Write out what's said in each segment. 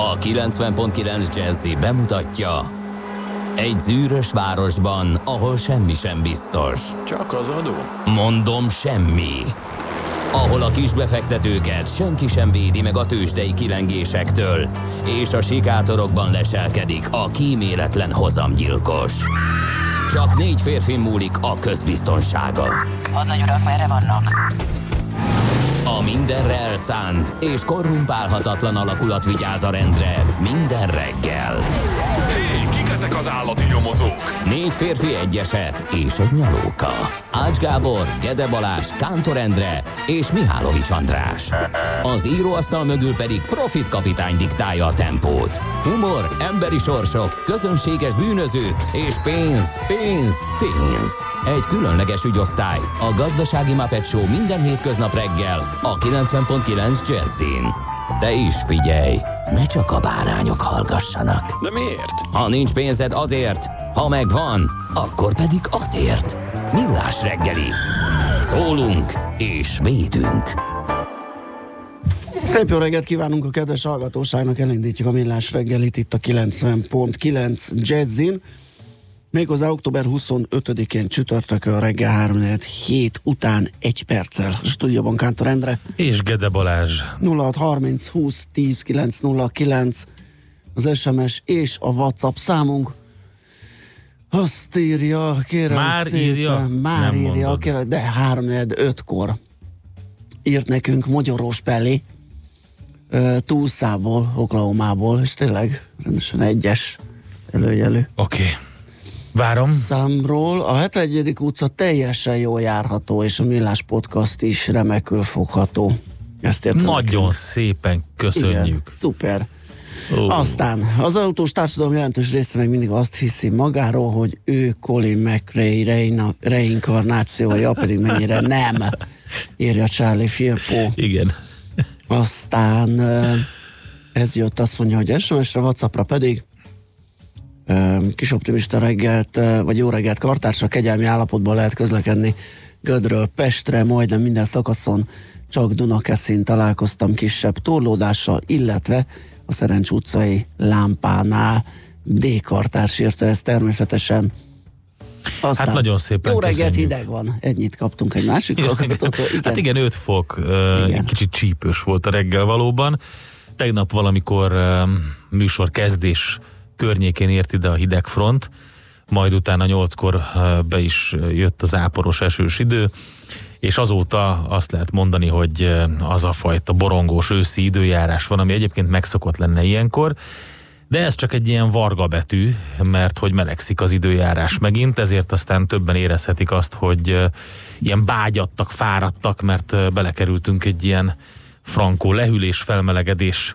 A 90.9 Jazzy bemutatja: egy zűrös városban, ahol semmi sem biztos. Csak az adó? Mondom, semmi. Ahol a kisbefektetőket senki sem védi meg a tőzsdei kilengésektől, és a sikátorokban leselkedik a kíméletlen hozamgyilkos. Csak 4 férfi múlik a közbiztonsága. Hadnagy urak, merre vannak? A mindenre elszánt és korrumpálhatatlan alakulat vigyáz a rendre minden reggel. Hé, kik ezek az állati nyomozók? 4 férfi, egy eset és egy nyalóka. Ács Gábor, Gede Balázs, Kántor Endre és Mihálovics András. Az íróasztal mögül pedig Profit kapitány diktálja a tempót. Humor, emberi sorsok, közönséges bűnözők és pénz, pénz, pénz. Egy különleges ügyosztály, a Gazdasági Muppet Show minden hétköznap reggel a 90.9 Jazzin. De is figyelj, ne csak a bárányok hallgassanak. De miért? Ha nincs pénzed, azért, ha megvan, akkor pedig azért. Millás reggeli. Szólunk és védünk. Szép jó reggelt kívánunk a kedves hallgatóságnak, elindítjuk a Millás reggelit itt a 90.9 Jazzin. Méghozzá október 25-én csütörtökön reggel 3:07 után 1 perccel. A stúdióban Kántor Endre és Gede Balázs. 0630 20 10 909 az SMS és a WhatsApp számunk. Azt írja, kérem már szépen, írja? már nem írja, mondod. kérem, de 3:05-kor írt nekünk Mogyoros Peli Tulsából, Oklahomából, és tényleg rendesen 1-es előjelű. Oké. Várom. Számról a 71. utca teljesen jól járható, és a Millás Podcast is remekül fogható. Ezt értem. Nagyon szépen köszönjük. Igen, szuper. Aztán az autós társadalom jelentős része még mindig azt hiszi magáról, hogy ő Colin McRae reinkarnációja, pedig mennyire nem, írja Charlie Firpo. Igen. Aztán ez jött, azt mondja, hogy SMS-re, WhatsAppra pedig kis optimista reggelt, vagy jó reggelt kartársa, kegyelmi állapotban lehet közlekedni Gödről Pestre, majdnem minden szakaszon, csak Dunakeszin találkoztam kisebb torlódással, illetve a Szerencs utcai lámpánál. D-kartárs írta ezt természetesen. Aztán, hát nagyon szépen jó reggelt, köszönjük. hideg van. Ennyit kaptunk egy másik hallgatótól. Hát igen, 5 fok, Igen. kicsit csípős volt a reggel valóban. Tegnap valamikor műsor kezdés környékén ért ide a hidegfront, majd utána 8-kor be is jött az záporos esős idő, és azóta azt lehet mondani, hogy az a fajta borongós őszi időjárás van, ami egyébként megszokott lenne ilyenkor, de ez csak egy ilyen varga betű, mert hogy melegszik az időjárás megint, ezért aztán többen érezhetik azt, hogy ilyen bágyadtak, fáradtak, mert belekerültünk egy ilyen frankó lehűlés, felmelegedés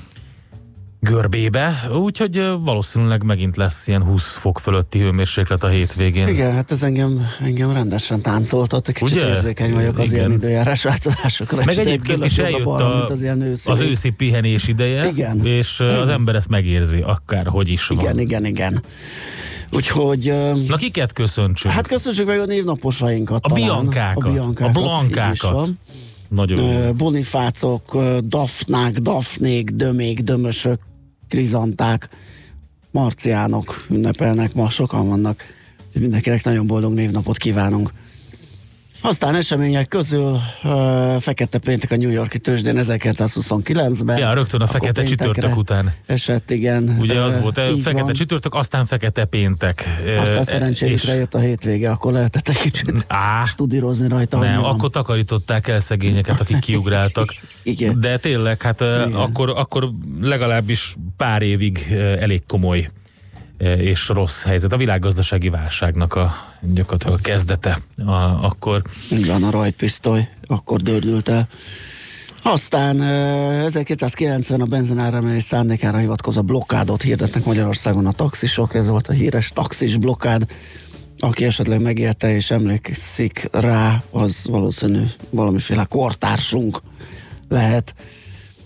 görbébe, úgyhogy valószínűleg megint lesz ilyen 20 fok fölötti hőmérséklet a hétvégén. Igen, hát ez engem rendesen táncoltat, egy kicsit Ugye? érzékeny vagyok az Igen. ilyen időjárás változásokra. Meg egyébként is eljött az őszi pihenés ideje, igen. És az ember ezt megérzi, akárhogy is van. Igen. Úgyhogy... Na, kiket köszöntsünk? Hát köszöntsük meg a névnaposainkat. A Biankákat, a Blankákat. Nagyon jó. Bonifácok, Dafnák, Dafnék, Dömék, Dömösök, Krizanták, Marciánok ünnepelnek ma, sokan vannak. Mindenkinek nagyon boldog névnapot kívánunk. Aztán események közül fekete péntek a New York-i tőzsdén 1929-ben. Ja, rögtön a fekete csütörtök után. Esett, igen. Ugye az volt, fekete van. csütörtök, aztán fekete péntek. Aztán szerencsénkre jött a hétvége, akkor lehetett egy kicsit studírozni rajta. Nem, akkor takarították el szegényeket, akik kiugráltak. Igen. De tényleg, hát akkor legalábbis pár évig elég komoly és rossz helyzet. A világgazdasági válságnak gyakorlatilag a kezdete akkor. Igen, a rajtpisztoly akkor dördült el. Aztán 1990 a benzináremelés szándékára hivatkozó blokkádot hirdetnek Magyarországon a taxisok, ez volt a híres taxis blokkád. Aki esetleg megérte és emlékszik rá, az valószínű valamiféle kortársunk lehet.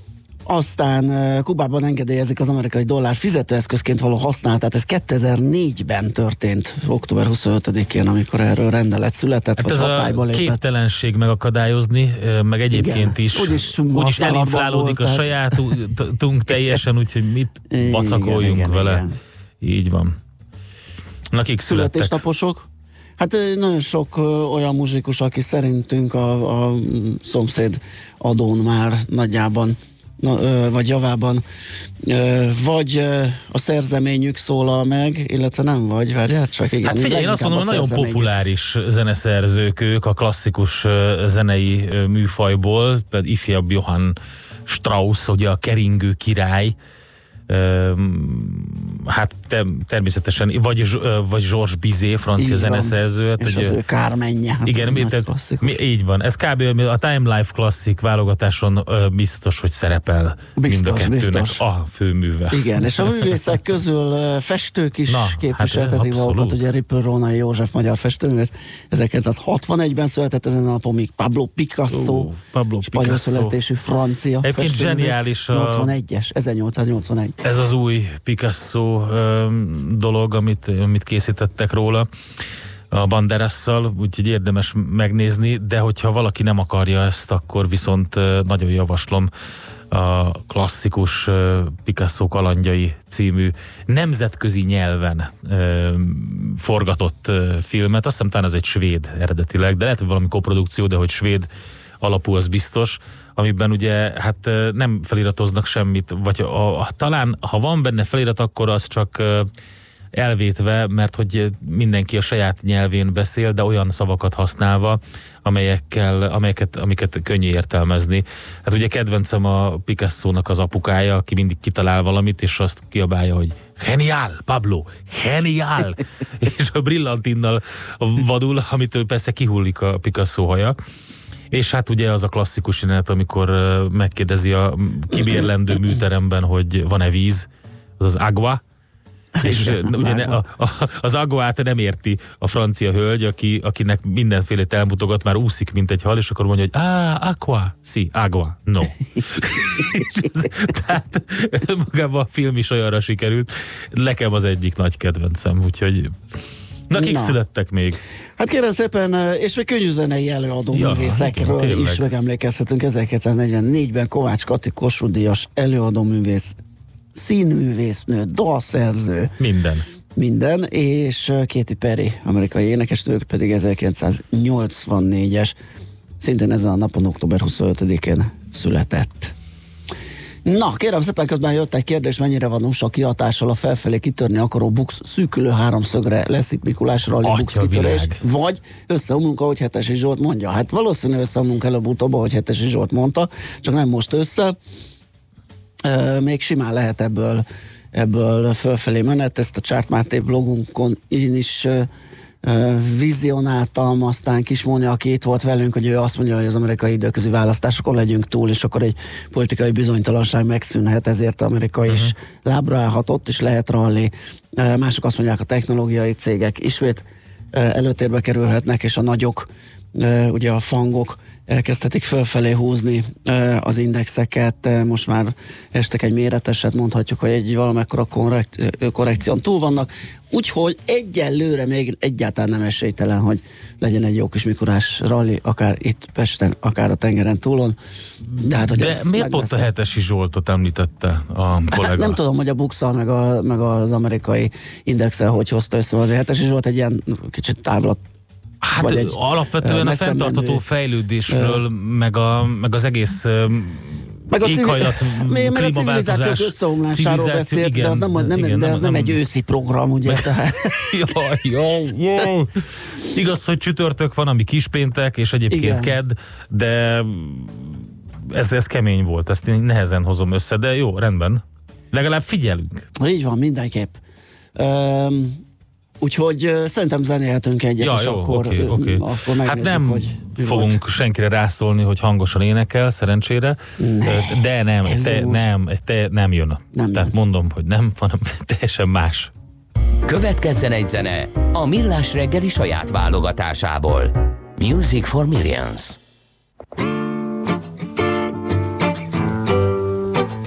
Aztán Kubában engedélyezik az amerikai dollár fizetőeszközként való használatát. Ez 2004-ben történt, október 25-én, amikor erről rendelet született, hát vagy hatályba lépett. Ez a képtelenség megakadályozni, meg egyébként is úgyis elinflálódik a sajátunk teljesen, úgyhogy mit vacakoljunk vele. Igen. Így van. Na, kik születtek? Születésnaposok? Hát nagyon sok olyan muzsikus, aki szerintünk a szomszéd adón már nagyjában, vagy javában, vagy a szerzeményük szólal meg, illetve nem vagy, várjál csak, igen. Hát figyelj, én azt mondom, nagyon populáris zeneszerzők ők a klasszikus zenei műfajból, például ifjabb Johann Strauss, ugye a keringő király, hát természetesen, vagy Georges Bizet, francia zeneszerző. És az ő Carmenje. Hát igen, így van. Ez kb. A Time Life Classic válogatáson biztos, hogy szerepel mind a kettőnek a főműve. Igen, és a művészek közül festők is képviseltetik magukat, ugye Ripper Rónai József, magyar festőművész, 1961-ben született, ezen a napon még Pablo Picasso, spanyol születésű francia festőművész. Egyébként zseniális 81-es, 1881. Ez az új Picasso dolog, amit készítettek róla a Banderasszal, úgyhogy érdemes megnézni, de hogyha valaki nem akarja ezt, akkor viszont nagyon javaslom a klasszikus Picasso kalandjai című nemzetközi nyelven forgatott filmet. Azt hiszem, talán ez egy svéd eredetileg, de lehet, hogy valami koprodukció, de hogy svéd alapú, az biztos, amiben ugye hát nem feliratoznak semmit, vagy talán ha van benne felirat, akkor az csak elvétve, mert hogy mindenki a saját nyelvén beszél, de olyan szavakat használva, amiket könnyű értelmezni. Hát ugye kedvencem a Picasso-nak az apukája, aki mindig kitalál valamit, és azt kiabálja, hogy geniál, Pablo, geniál! És a brillantinnal vadul, amitől persze kihullik a Picasso haja. És hát ugye az a klasszikus jelenet, amikor megkérdezi a kibérlendő műteremben, hogy van-e víz, az agua, és ugye az aguát nem érti a francia hölgy, akinek mindenféle elmutogat, már úszik, mint egy hal, és akkor mondja, hogy aqua, sí, agua, no. Tehát magában a film is olyanra sikerült. Nekem az egyik nagy kedvencem, úgyhogy kik születtek még? Hát kérem szépen, és még könnyűzenei előadó művészekről is megemlékezhetünk. 1944-ben Kovács Kati Kossuth Díjas előadó művész, színművésznő, dalszerző. Minden, és Katy Perry, amerikai énekesnő, pedig 1984-es, szintén ezen a napon, október 25-én született. Na, kérem szépen, közben jött egy kérdés, mennyire van USA kihatással a felfelé kitörni akaró Bux szűkülő háromszögre, lesz itt Mikulás rally Bux kitörés, vagy összeomlunk, ahogy Hetesi Zsolt mondja. Hát valószínű összeomlunk előbb-utóbb, ahogy Hetesi Zsolt mondta, csak nem most össze. Még simán lehet ebből fölfelé menet, ezt a Csárt Máté blogunkon én is vizionáltam, aztán Kismónia, aki itt volt velünk, hogy ő azt mondja, hogy az amerikai időközi választásokon legyünk túl, és akkor egy politikai bizonytalanság megszűnhet, ezért Amerika is lábra állhatott, és lehet ralli. Mások azt mondják, a technológiai cégek ismét előtérbe kerülhetnek, és a nagyok, ugye a fangok elkezdhetik fölfelé húzni az indexeket, most már estek egy méreteset, mondhatjuk, hogy egy valamekkora korrekción túl vannak, úgyhogy egyelőre még egyáltalán nem esélytelen, hogy legyen egy jó kis Mikulás rally, akár itt Pesten, akár a tengeren túlon. De miért pont a Hetesi Zsoltot említette a kollega? Hát nem tudom, hogy a Buxal meg az amerikai indexel hogy hozta össze, az Hetesi Zsolt egy ilyen kicsit távlat. Hát alapvetően a fenntartható fejlődésről, meg az egész éghajlat, meg a civilizációk összeomlásáról beszélt, igen, de az nem egy őszi program, ugye? Jó. Igaz, hogy csütörtök van, ami kispéntek, és egyébként kedd, de ez kemény volt, ezt én nehezen hozom össze, de jó, rendben. Legalább figyelünk. Így van, mindenképp. Úgyhogy szerintem zenélhetünk egyet, és akkor megnézzük, hát nem hogy fogunk senkire rászólni, hogy hangosan énekel, szerencsére, de nem jön. Tehát mondom, hogy nem, hanem teljesen más. Következzen egy zene a Millás reggeli saját válogatásából. Music for Millions.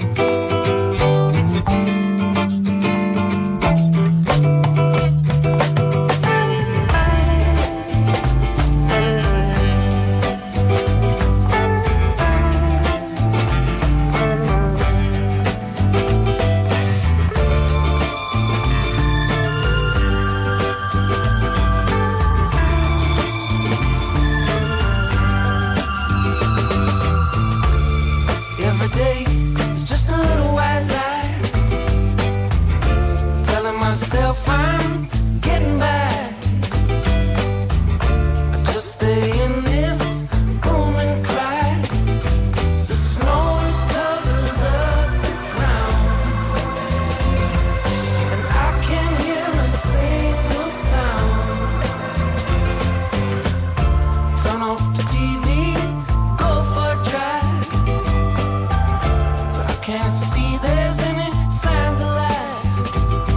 can't see there's any signs of life,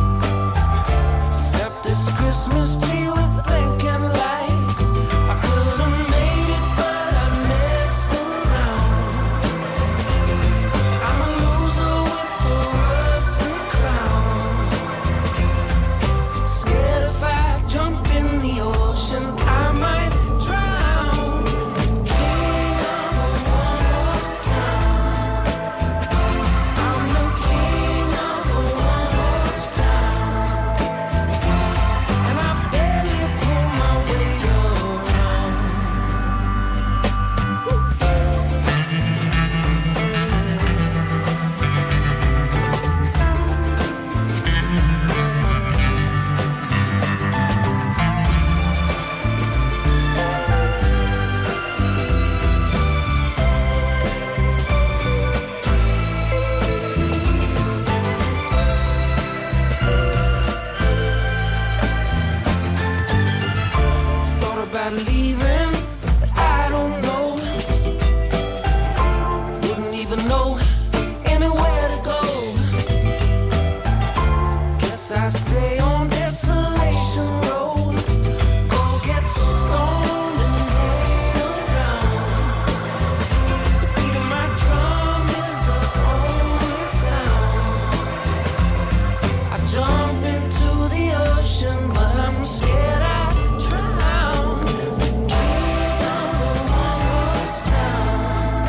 except this Christmas tree with blinking lights. I could have made it, but I messed around. I'm a loser with a rusty crown. Scared if I jump in the ocean, I might drown. King of a one-horse town. I'm the king of a one-horse town. And I barely pull my weight around. Thought about leaving, but I don't know. Wouldn't even know anywhere to go. Guess I stay on Desolation Road. Go get stoned and hang around. The beat of my drum is the only sound. I jump into the ocean, but I'm scared I drown. The king of a one-horse town.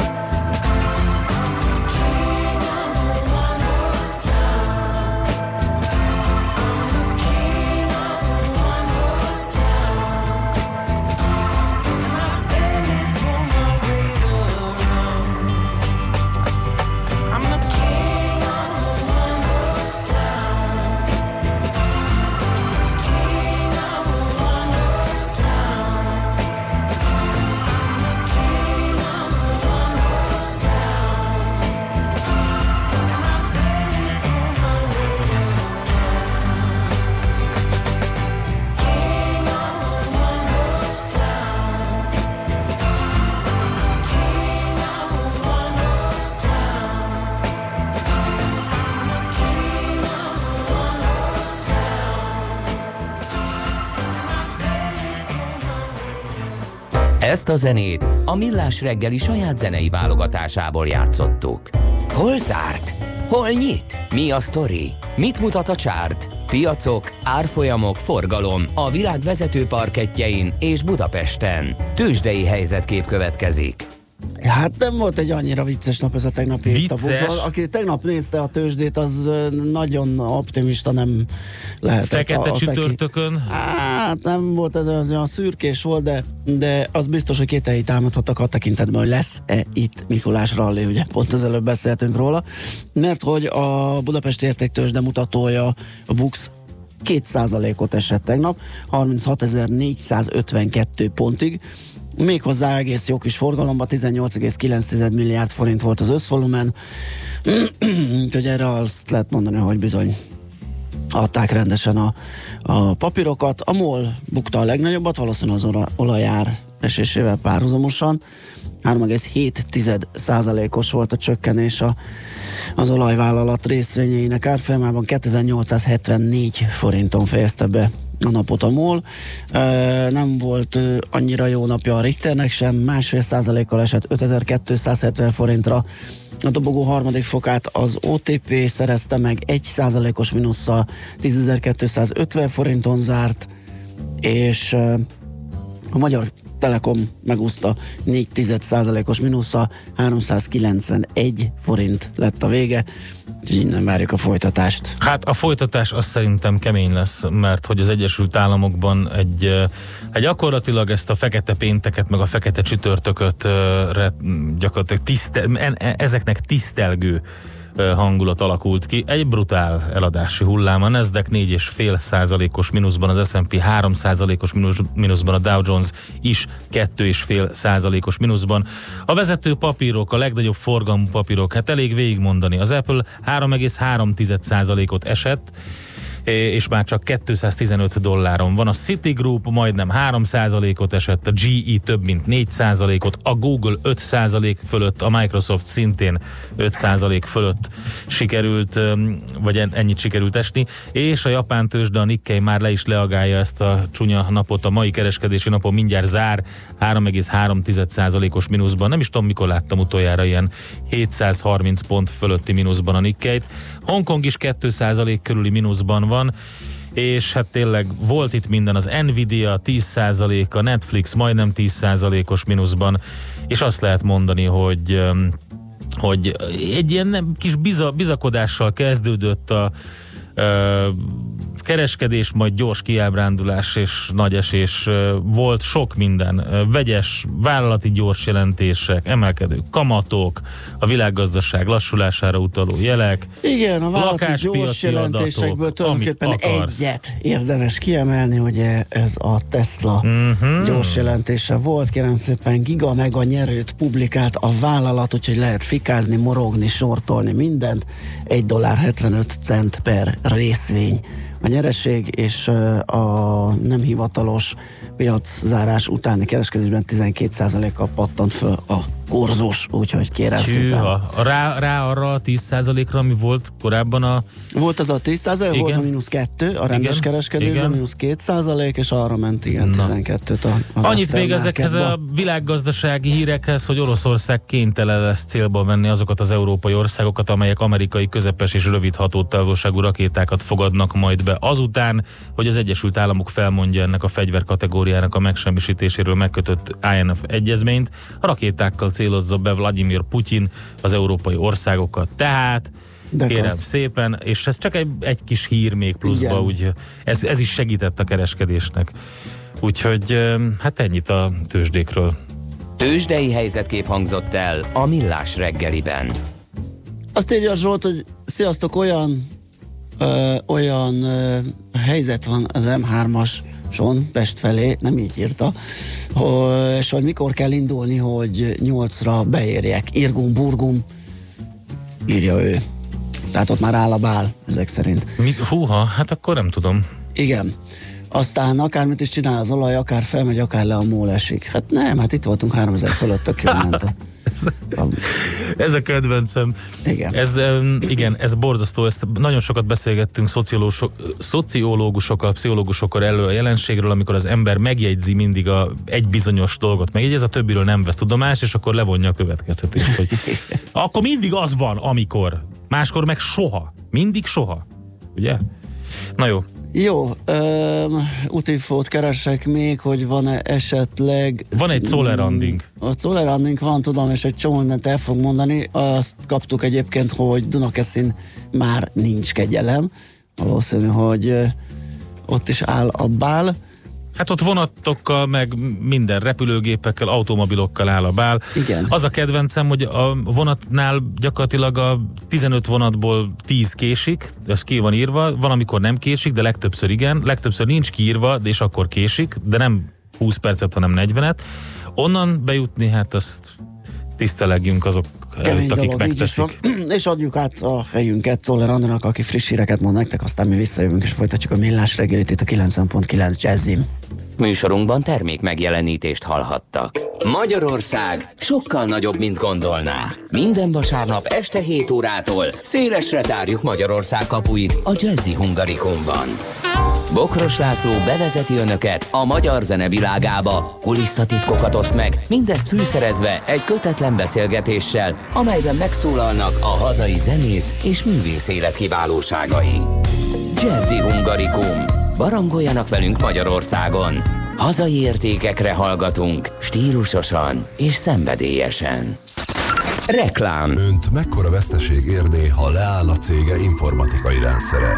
King of a one-horse town. I'm the king of a one-horse town. And I barely pull my weight around. I'm the king of a one-horse town. King of a one-horse town. I'm the king of a one-horse town. And I barely pull my weight around. King of a one-horse town. King of a one-horse town. King of a one-horse town. Ezt a zenét a Millás reggeli saját zenei válogatásából játszottuk. Hol zárt? Hol nyit? Mi a sztori? Mit mutat a csárt? Piacok, árfolyamok, forgalom a világ vezető parkettjein és Budapesten. Tőzsdei helyzetkép következik. Hát nem volt egy annyira vicces nap ez a tegnapi Vicces? tabuzol. Aki tegnap nézte a tőzsdét, az nagyon optimista nem lehetett. Fekete csütörtökön. Hát nem volt ez olyan szürkés volt, de az biztos, hogy kételj támadhattak a tekintetben, hogy lesz-e itt Mikulás ralli, ugye pont az előbb beszéltünk róla, mert hogy a Budapesti Értéktőzsde mutatója, a BUX 2%-ot esett tegnap, 36.452 pontig, méghozzá egész jó kis forgalomban, 18,9 milliárd forint volt az összvolumen, úgyhogy erre azt lehet mondani, hogy bizony adták rendesen a papírokat. A MOL bukta a legnagyobbat, valószínűleg az olajár esésével párhuzamosan. 3,7%-os volt a csökkenés az olajvállalat részvényeinek árfolyamában, 2874 forinton fejezte be a napot a MOL. Nem volt annyira jó napja a Richternek sem, 1,5%-kal esett 5270 forintra. A dobogó harmadik fokát az OTP szerezte meg 1%-os mínusszal, 10.250 forinton zárt, és a Magyar Telekom megúszta 4,1%-os mínusszal, 391 forint lett a vége, úgyhogy innen várjuk a folytatást. Hát a folytatás az szerintem kemény lesz, mert hogy az Egyesült Államokban egy gyakorlatilag ezt a fekete pénteket, meg a fekete csütörtököt gyakorlatilag ezeknek tisztelgő hangulat alakult ki. Egy brutál eladási hullám, a Nasdaq 4,5%-os mínuszban, az S&P 3%-os mínuszban, a Dow Jones is 2,5%-os mínuszban. A vezető papírok, a legnagyobb forgalmú papírok, hát elég végigmondani. Az Apple 3,3%-ot esett, és már csak $215 van. A Citigroup majdnem 3%-ot esett, a GE több mint 4%-ot, a Google 5% fölött, a Microsoft szintén 5% fölött sikerült, vagy ennyit sikerült esni, és a japán tőzsde, a Nikkei már le is leagálja ezt a csúnya napot, a mai kereskedési napon mindjárt zár 3,3%-os mínuszban. Nem is tudom, mikor láttam utoljára ilyen 730 pont fölötti mínuszban a Nikkeit. Hongkong is 2% körüli mínuszban van, és hát tényleg volt itt minden, az Nvidia 10%, a Netflix majdnem 10%-os mínuszban, és azt lehet mondani, hogy egy ilyen kis bizakodással kezdődött a kereskedés, majd gyors kiábrándulás és nagy esés volt, sok minden, vegyes vállalati gyors jelentések, emelkedő kamatok, a világgazdaság lassulására utaló jelek. Igen, a vállalati gyors jelentésekből tulajdonképpen egyet érdemes kiemelni, ugye ez a Tesla gyors jelentése volt, kérem szépen giga meg a nyerőt publikált a vállalat, úgyhogy lehet fikázni, morogni, sortolni mindent, $1.75 per részvény a nyereség, és a nem hivatalos piaczárás utáni kereskedésben 12%-kal pattant föl a korzós, úgyhogy kérem szépen. Rá arra a 10%-ra, ami volt korábban a... Volt az a 10%, volt a -2, a rendes kereskedésben -2%, és arra ment 12-t az annyit még ezekhez a világgazdasági hírekhez, hogy Oroszország kénytelen lesz célba venni azokat az európai országokat, amelyek amerikai közepes és rövid hatótávolságú rakétákat fogadnak majd be. Azután, hogy az Egyesült Államok felmondja ennek a fegyverkategóriának a megsemmisítéséről megkötött INF egyezményt, a rakétákkal célozza be Vladimir Putyin az európai országokat. Tehát kérem szépen, és ez csak egy kis hír még pluszba, úgy, ez is segített a kereskedésnek. Úgyhogy hát ennyit a tőzsdékről. Tőzsdei helyzetkép hangzott el a Millás reggeliben. Azt írja Zsolt, hogy sziasztok, olyan helyzet van az M3-ason Pest felé, nem így írta, és hogy mikor kell indulni, hogy 8-ra beérjek. Irgum, burgum, írja ő. Tehát ott már áll a bál, ezek szerint. Húha, hát akkor nem tudom. Igen. Aztán akármit is csinál az olaj, akár felmegy, akár le a mól esik. Hát nem, hát itt voltunk 3000 fölött, tök jól ment. Ez a kedvencem. Igen. Ez borzasztó. Ezt nagyon sokat beszélgettünk szociológusokkal, pszichológusokkal erről a jelenségről, amikor az ember megjegyzi mindig egy bizonyos dolgot, megjegyez, a többiről nem vesz tudomást, és akkor levonja a következtetést, hogy akkor mindig az van, amikor. Máskor meg soha. Mindig soha. Ugye? Na jó. Jó, útinfót keresek még, hogy van-e esetleg... Van egy Zollernanding. A Zollernanding van, tudom, és egy csomó mindent el fog mondani. Azt kaptuk egyébként, hogy Dunakeszin már nincs kegyelem. Valószínű, hogy ott is áll a bál. Hát ott vonatokkal, meg minden repülőgépekkel, automobilokkal áll a bál. Igen. Az a kedvencem, hogy a vonatnál gyakorlatilag a 15 vonatból 10 késik, ez ki van írva, van amikor nem késik, de legtöbbször igen, legtöbbször nincs kiírva, de és akkor késik, de nem 20 percet, hanem 40-et. Onnan bejutni, hát azt tisztelegjünk azok előtt, akik megteszik. És adjuk át a helyünket Czoller Andrának, aki friss híreket mond nektek, aztán mi visszajövünk és folytatjuk a Millás reggelit itt a 90.9 Jazzin. Műsorunkban termék megjelenítést hallhattak. Magyarország sokkal nagyobb, mint gondolná. Minden vasárnap este 7 órától szélesre tárjuk Magyarország kapuit a Jazzy Hungarikumban. Bokros László bevezeti önöket a magyar zene világába, kulisszatitkokat oszt meg, mindezt fűszerezve egy kötetlen beszélgetéssel, amelyben megszólalnak a hazai zenész és művész élet kiválóságai. Jazzy Hungarikum. Barangoljanak velünk Magyarországon. Hazai értékekre hallgatunk, stílusosan és szenvedélyesen. Reklám. Önt mekkora veszteség érné, ha leáll a cége informatikai rendszere?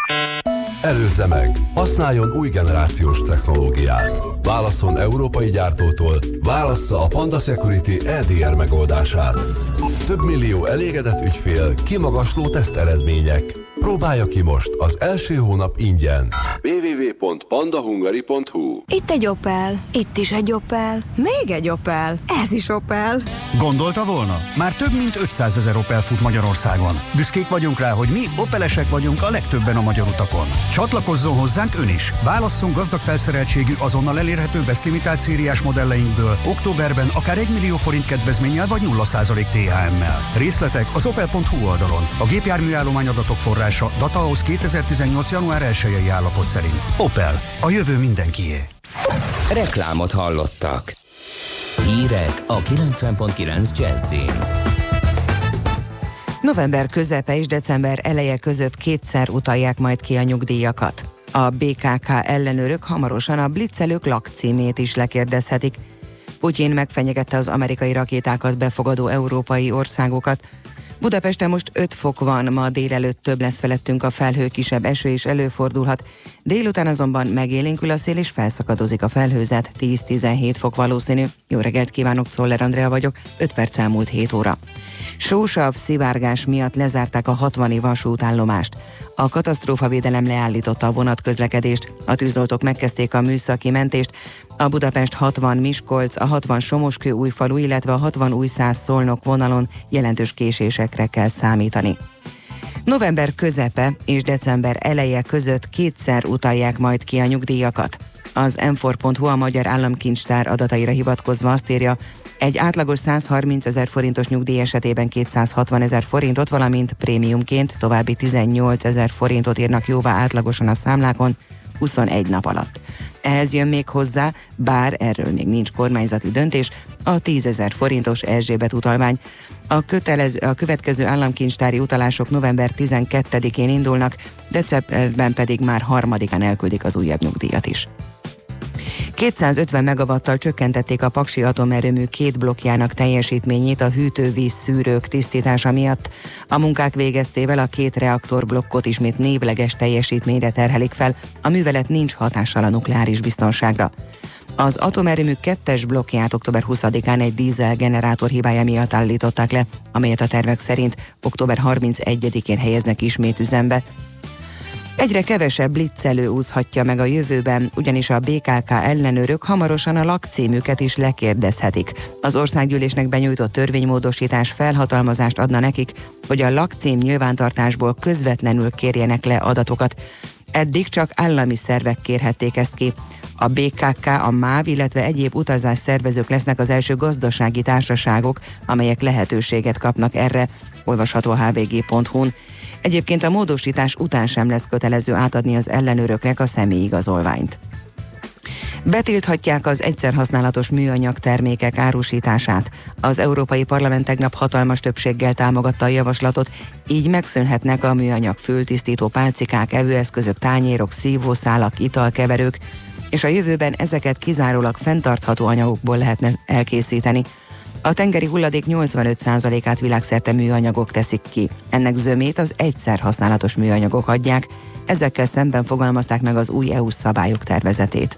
Előzze meg! Használjon új generációs technológiát. Válasszon európai gyártótól, válassza a Panda Security EDR megoldását. Több millió elégedett ügyfél, kimagasló teszteredmények. Próbálja ki most az első hónap ingyen. www.pandahungary.hu. Itt egy Opel, itt is egy Opel, még egy Opel, ez is Opel. Gondolta volna? Már több mint 500 000 Opel fut Magyarországon. Büszkék vagyunk rá, hogy mi opelesek vagyunk a legtöbben a magyar utakon. Csatlakozzon hozzánk ön is. Válasszon gazdag felszereltségű, azonnal elérhető beszlimitált szériás modelleinkből októberben akár 1 millió forint kedvezménnyel vagy 0% THM-mel. Részletek az opel.hu oldalon. A gépjárműállomány adatok forrása Datahouse 2018. január 1-i állapot szerint. Opel. A jövő mindenkié. Reklámot hallottak. Hírek a 90.9 Jazzin. November közepe és december eleje között kétszer utalják majd ki a nyugdíjakat. A BKK ellenőrök hamarosan a blitzelők lakcímét is lekérdezhetik. Putyin megfenyegette az amerikai rakétákat befogadó európai országokat. Budapesten most 5 fok van, ma délelőtt több lesz felettünk a felhő, kisebb eső is előfordulhat. Délután azonban megélénkül a szél és felszakadozik a felhőzet, 10-17 fok valószínű. Jó reggelt kívánok, Czoller Andrea vagyok, 5 perc elmúlt 7 óra. Sósav szivárgás miatt lezárták a 60-i vasútállomást. A katasztrófavédelem leállította a vonatközlekedést, a tűzoltók megkezdték a műszaki mentést, a Budapest 60 Miskolc, a 60 Somoskő-Újfalu, illetve a 60 Újszász Szolnok vonalon jelentős késésekre kell számítani. November közepe és december eleje között kétszer utalják majd ki a nyugdíjakat. Az m4.hu a Magyar Államkincstár adataira hivatkozva azt írja, egy átlagos 130 000 forintos nyugdíj esetében 260 000 forintot, valamint prémiumként további 18 000 forintot írnak jóvá átlagosan a számlákon 21 nap alatt. Ehhez jön még hozzá, bár erről még nincs kormányzati döntés, a 10 000 forintos Erzsébet utalvány. A következő államkincstári utalások november 12-én indulnak, decemberben pedig már 3-án elküldik az újabb nyugdíjat is. 250 megawattal csökkentették a Paksi atomerőmű 2 blokkjának teljesítményét a hűtővíz szűrők tisztítása miatt. A munkák végeztével a 2 reaktorblokkot ismét névleges teljesítményre terhelik fel, a művelet nincs hatással a nukleáris biztonságra. Az atomerőmű 2-es blokkját október 20-án egy dízelgenerátor hibája miatt állították le, amelyet a tervek szerint október 31-én helyeznek ismét üzembe. Egyre kevesebb blitzelő úszhatja meg a jövőben, ugyanis a BKK ellenőrök hamarosan a lakcímüket is lekérdezhetik. Az országgyűlésnek benyújtott törvénymódosítás felhatalmazást adna nekik, hogy a lakcím nyilvántartásból közvetlenül kérjenek le adatokat. Eddig csak állami szervek kérhették ezt ki. A BKK, a MÁV, illetve egyéb utazásszervezők lesznek az első gazdasági társaságok, amelyek lehetőséget kapnak erre, olvasható a hvg.hu-n. Egyébként a módosítás után sem lesz kötelező átadni az ellenőröknek a személyigazolványt. Betilthatják az egyszerhasználatos műanyag termékek árusítását. Az Európai Parlament tegnap hatalmas többséggel támogatta a javaslatot, így megszűnhetnek a műanyag fültisztító pálcikák, evőeszközök, tányérok, szívószálak, italkeverők, és a jövőben ezeket kizárólag fenntartható anyagokból lehetne elkészíteni. A tengeri hulladék 85%-át világszerte műanyagok teszik ki. Ennek zömét az egyszerhasználatos műanyagok adják, ezekkel szemben fogalmazták meg az új EU szabályok tervezetét.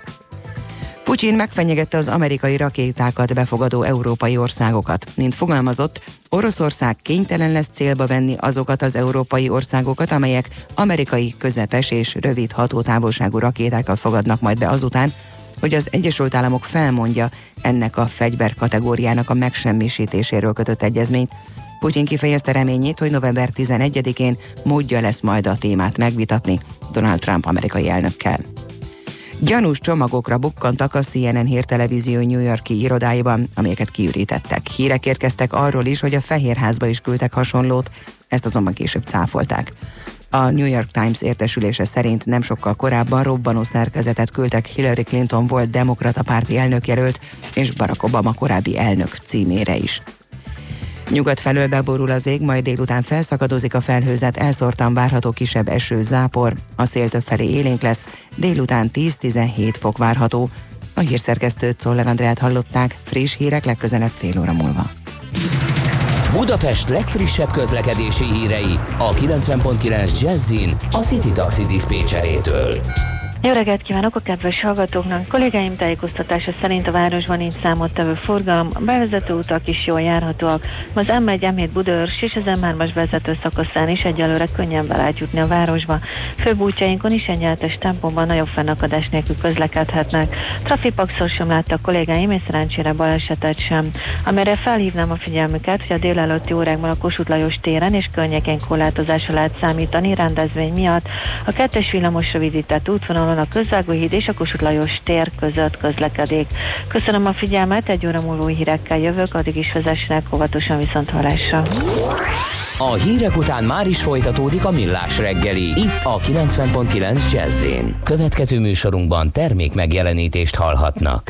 Putyin megfenyegette az amerikai rakétákat befogadó európai országokat. Mint fogalmazott, Oroszország kénytelen lesz célba venni azokat az európai országokat, amelyek amerikai közepes és rövid hatótávolságú rakétákat fogadnak majd be azután, hogy az Egyesült Államok felmondja ennek a fegyverkategóriának a megsemmisítéséről kötött egyezményt. Putyin kifejezte reményét, hogy november 11-én módja lesz majd a témát megvitatni Donald Trump amerikai elnökkel. Gyanús csomagokra bukkantak a CNN hírtelevízió New York-i irodáiban, amelyeket kiürítettek. Hírek érkeztek arról is, hogy a Fehérházba is küldtek hasonlót, ezt azonban később cáfolták. A New York Times értesülése szerint nem sokkal korábban robbanó szerkezetet küldtek Hillary Clinton volt demokrata párti elnökjelölt és Barack Obama korábbi elnök címére is. Nyugat felől beborul az ég, majd délután felszakadozik a felhőzet, elszórtan várható kisebb eső, zápor, a szél többfelé élénk lesz, délután 10-17 fok várható. A hírszerkesztőt, Czoller Andreát hallották, friss hírek legközelebb fél óra múlva. Budapest legfrissebb közlekedési hírei a 90.9 Jazzin a City Taxi diszpécserétől. Jó reggelt kívánok a kedves hallgatóknak! Kollégáim tájékoztatása szerint a városban nincs számottevő forgalom, a bevezető utak is jól járhatóak. Az M1, M7 Budaörs és az M3-as vezető szakaszán is egyelőre könnyen be lehet jutni a városba. Főbb útjainkon is egyenletes tempóban nagyobb fennakadás nélkül közlekedhetnek. Trafipaxot sem láttak kollégáim, és szerencsére balesetet sem. Amire felhívnám a figyelmüket, hogy a délelőtti órákban a Kossuth Lajos téren és környékén korlátozásra lehet számítani rendezvény miatt. A 2-es villamos rövidített útvonalon a Közvágóhíd és a Kossuth Lajos tér között közlekedik. Köszönöm a figyelmet, 1 óra múló hírekkel jövök, addig is vezessenek óvatosan, viszonthallásra. A hírek után már is folytatódik a Millás reggeli, itt a 90.9 Jazz-in. Következő műsorunkban termék megjelenítést hallhatnak.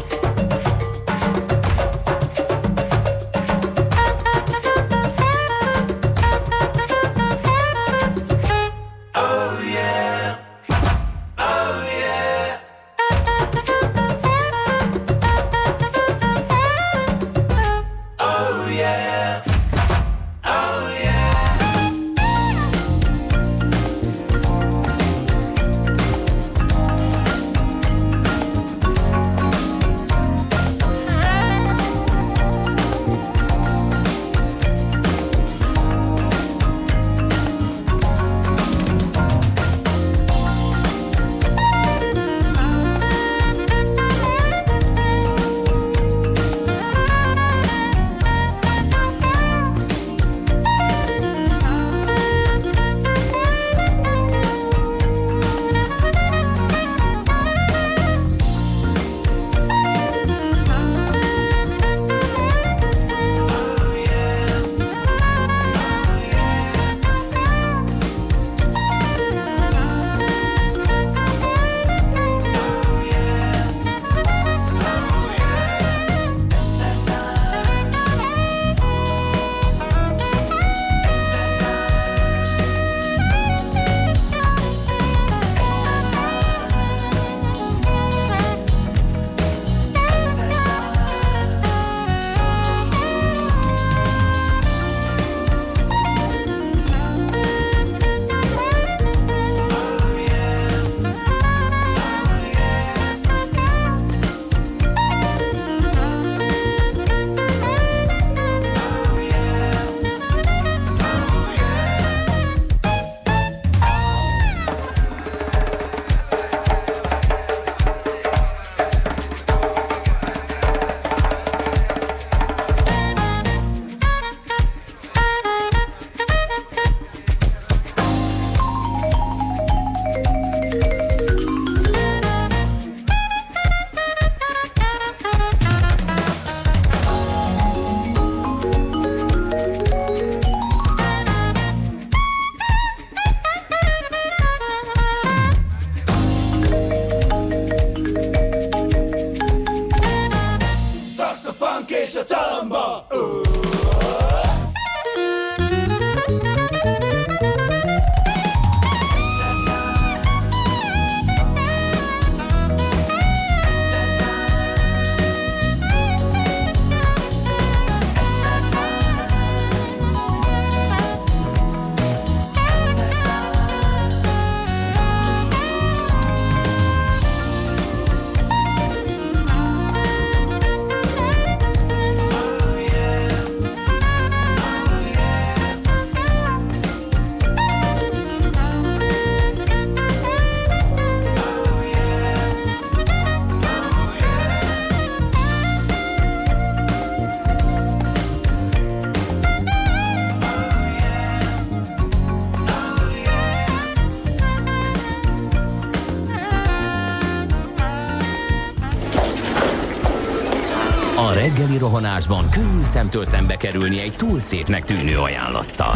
A reggeli rohanásban könnyű szemtől szembe kerülni egy túl szépnek tűnő ajánlattal.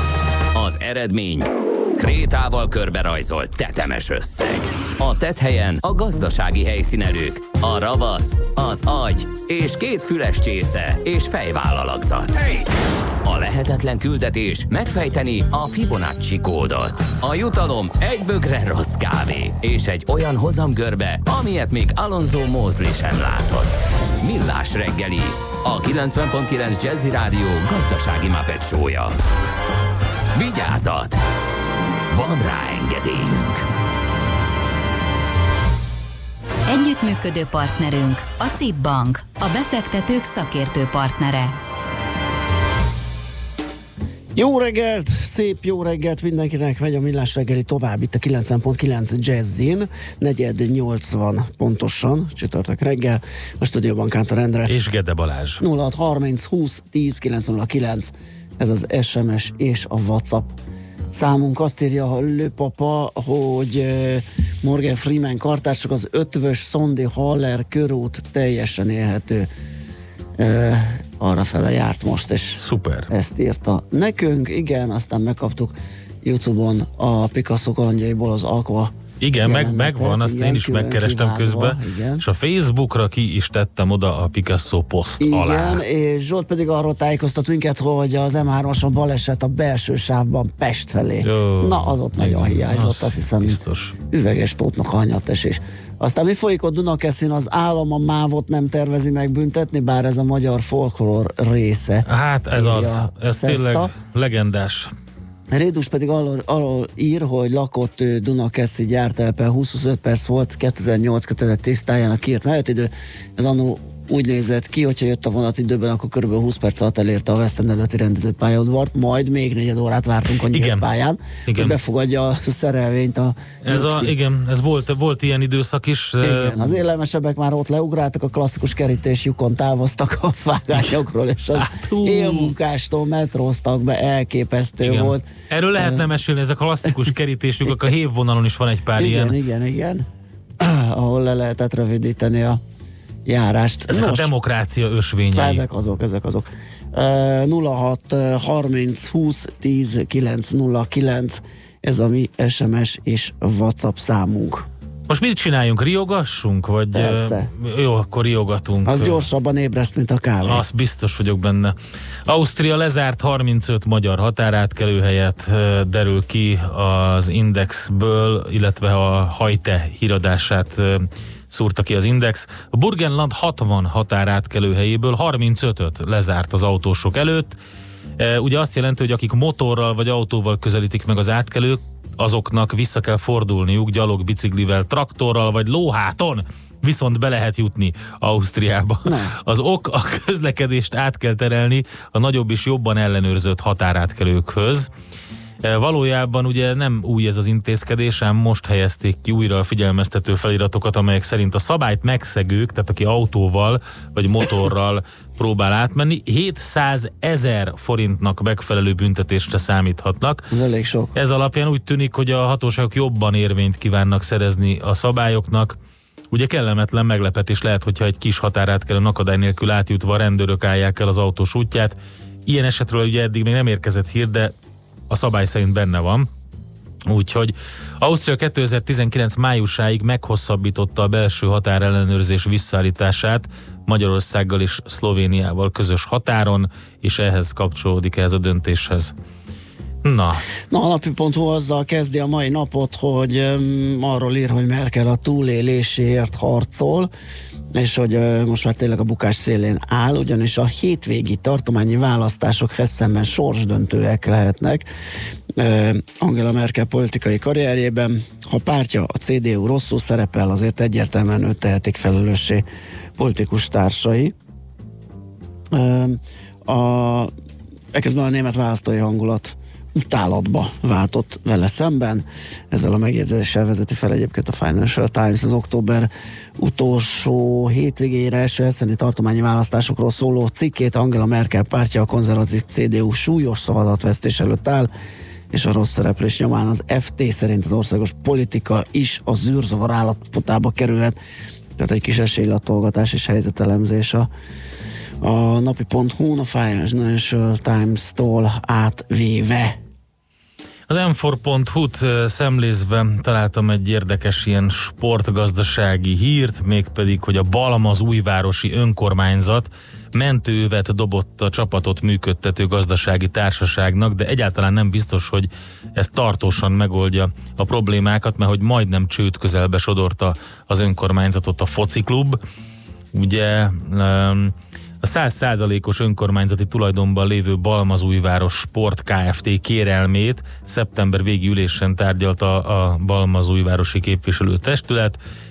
Az eredmény krétával körberajzolt tetemes összeg. A tetthelyen a gazdasági helyszínelők, a ravasz, az agy és 2 füles csésze és fejvállalakzat. A lehetetlen küldetés megfejteni a Fibonacci kódot. A jutalom egy bögre rossz kávé és egy olyan hozamgörbe, amilyet még Alonso Mosley sem látott. Millás reggeli, a 90.9 Jazzy Rádió gazdasági Muppet show-ja. Vigyázat! Van rá engedélyünk! Együttműködő partnerünk a CIP Bank, a befektetők szakértő partnere. Jó reggelt, szép jó reggelt mindenkinek, megy a Millás reggeli tovább itt a 90.9 Jazzin, 4:80 pontosan, csütörtök reggel, a stúdióban Kántor Endre. És Gede Balázs. 0630 20 10 909, ez az SMS és a WhatsApp számunk. Azt írja a Lőpapa, hogy Morgan Freeman kartársak, az Ötvös Szondi Haller körút teljesen élhető. Arrafele járt most, és szuper. Ezt írta nekünk, igen, aztán megkaptuk YouTube-on a Picasso kalandjaiból az Aqua. Igen, megvan, azt én is megkerestem közben, igen. És a Facebookra ki is tettem oda a Picasso poszt alá. Igen, és Zsolt pedig arról tájékoztat minket, hogy az M3-ason baleset a belső sávban Pest felé. Na, az ott nagyon hiányzott, azt hiszem, biztos. Üveges Tótnak hanyatesés. Aztán mi folyik ott Dunakeszin, az állam a mávot nem tervezi megbüntetni, bár ez a magyar folklór része. Hát ez tényleg legendás. Rédus pedig arról ír, hogy lakott Dunakeszi gyártelepen 25 perc volt 2008-2010 tisztájának kiírt menetidő. Ez annó úgy nézett ki, hogyha jött a vonat időben, akkor kb. 20 perc alatt elérte a West End előtti rendezőpályaudvart, majd még 4 órát vártunk a nyílt pályán, hogy befogadja a szerelvényt a ez volt ilyen időszak is. Igen, az élelmesebbek már ott leugráltak, a klasszikus kerítés lyukon távoztak a vágányokról, és az élmunkástól metróztak be, elképesztő volt. Erről lehetne mesélni, ezek a klasszikus kerítésük, a hévvonalon is van egy pár ilyen. Igen. Ahol le lehetett rövidíteni a járást. Ezek a demokrácia ösvényei. Ezek azok. 06 30 20 10 909, ez a mi SMS és WhatsApp számunk. Most mit csináljunk? Riogassunk? Vagy jó, akkor riogatunk. Az gyorsabban ébreszt, mint a kávé. Azt biztos vagyok benne. Ausztria lezárt 35 magyar határátkelőhelyet, derül ki az Indexből, illetve a Hajte híradását szúrta ki az Index. A Burgenland 60 határátkelőhelyéből 35-öt lezárt az autósok előtt. Ugye azt jelenti, hogy akik motorral vagy autóval közelítik meg az átkelők, azoknak vissza kell fordulniuk gyalog, biciklivel, traktorral vagy lóháton, viszont be lehet jutni Ausztriába. Az ok, a közlekedést át kell terelni a nagyobb és jobban ellenőrzött határátkelőkhöz. Valójában ugye nem új ez az intézkedés, ám most helyezték ki újra a figyelmeztető feliratokat, amelyek szerint a szabályt megszegők, tehát aki autóval vagy motorral próbál átmenni, 700 000 forintnak megfelelő büntetésre számíthatnak. Ez elég sok. Ez alapján úgy tűnik, hogy a hatóságok jobban érvényt kívánnak szerezni a szabályoknak. Ugye kellemetlen meglepetés lehet, hogyha egy kis határátkelőn akadály nélkül átjutva a rendőrök állják el az autós útját. Ilyen esetről ugye eddig még nem érkezett hír, de a szabály szerint benne van. Úgyhogy Ausztria 2019 májusáig meghosszabbította a belső határellenőrzés visszaállítását Magyarországgal és Szlovéniával közös határon, és ehhez kapcsolódik ez a döntéshez. Na, a napi.hu azzal kezdi a mai napot, hogy arról ír, hogy Merkel a túléléséért harcol, és hogy most már tényleg a bukás szélén áll, ugyanis a hétvégi tartományi választások Hessenben sorsdöntőek lehetnek Angela Merkel politikai karrierjében. Ha pártja, a CDU rosszul szerepel, azért egyértelműen őt tehetik felelőssé politikus társai. Ekközben a német választói hangulat utálatba váltott vele szemben. Ezzel a megjegyzéssel vezeti fel egyébként a Financial Times az október utolsó hétvégére első hesseni tartományi választásokról szóló cikkét. Angela Merkel pártja, a konzervatív CDU súlyos szavazatvesztés előtt áll, és a rossz szereplés nyomán az FT szerint az országos politika is a zűrzavar állapotába kerülhet. Tehát egy kis esélylatolgatás és helyzetelemzés a napi.hu-n, a Financial Times-tól átvéve. Az M4.hu-t szemlézve találtam egy érdekes ilyen sportgazdasági hírt, mégpedig, hogy a Balmazújvárosi önkormányzat mentőövet dobott a csapatot működtető gazdasági társaságnak, de egyáltalán nem biztos, hogy ez tartósan megoldja a problémákat, mert hogy majdnem csőd közelbe sodorta az önkormányzatot a fociklub. Ugye a 100%-os önkormányzati tulajdonban lévő Balmazújváros Sport Kft. Kérelmét szeptember végi ülésen tárgyalta a Balmazújvárosi képviselőtestület.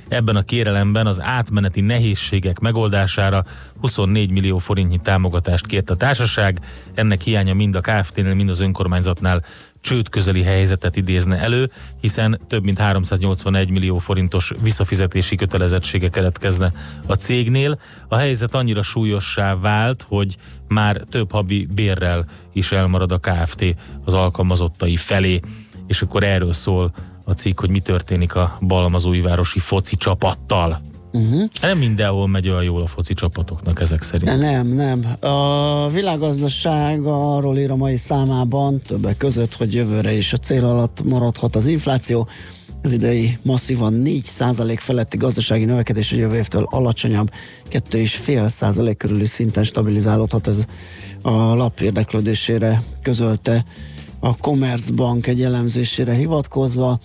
Ebben a kérelemben az átmeneti nehézségek megoldására 24 millió forintnyi támogatást kért a társaság. Ennek hiánya mind a Kft-nél, mind az önkormányzatnál csődközeli helyzetet idézne elő, hiszen több mint 381 millió forintos visszafizetési kötelezettsége keletkezne a cégnél. A helyzet annyira súlyossá vált, hogy már több havi bérrel is elmarad a Kft. Az alkalmazottai felé. És akkor erről szól a cikk, hogy mi történik a Balmazújvárosi foci csapattal. Nem mindenhol megy olyan jól a foci csapatoknak ezek szerint. Nem. A Világgazdaság arról ír a mai számában többek között, hogy jövőre is a cél alatt maradhat az infláció. Az idei masszívan 4% feletti gazdasági növekedés a jövő évtől alacsonyabb, 2,5% körüli szinten stabilizálódhat. Ez a lap érdeklődésére közölte a Commerzbank egy elemzésére hivatkozva.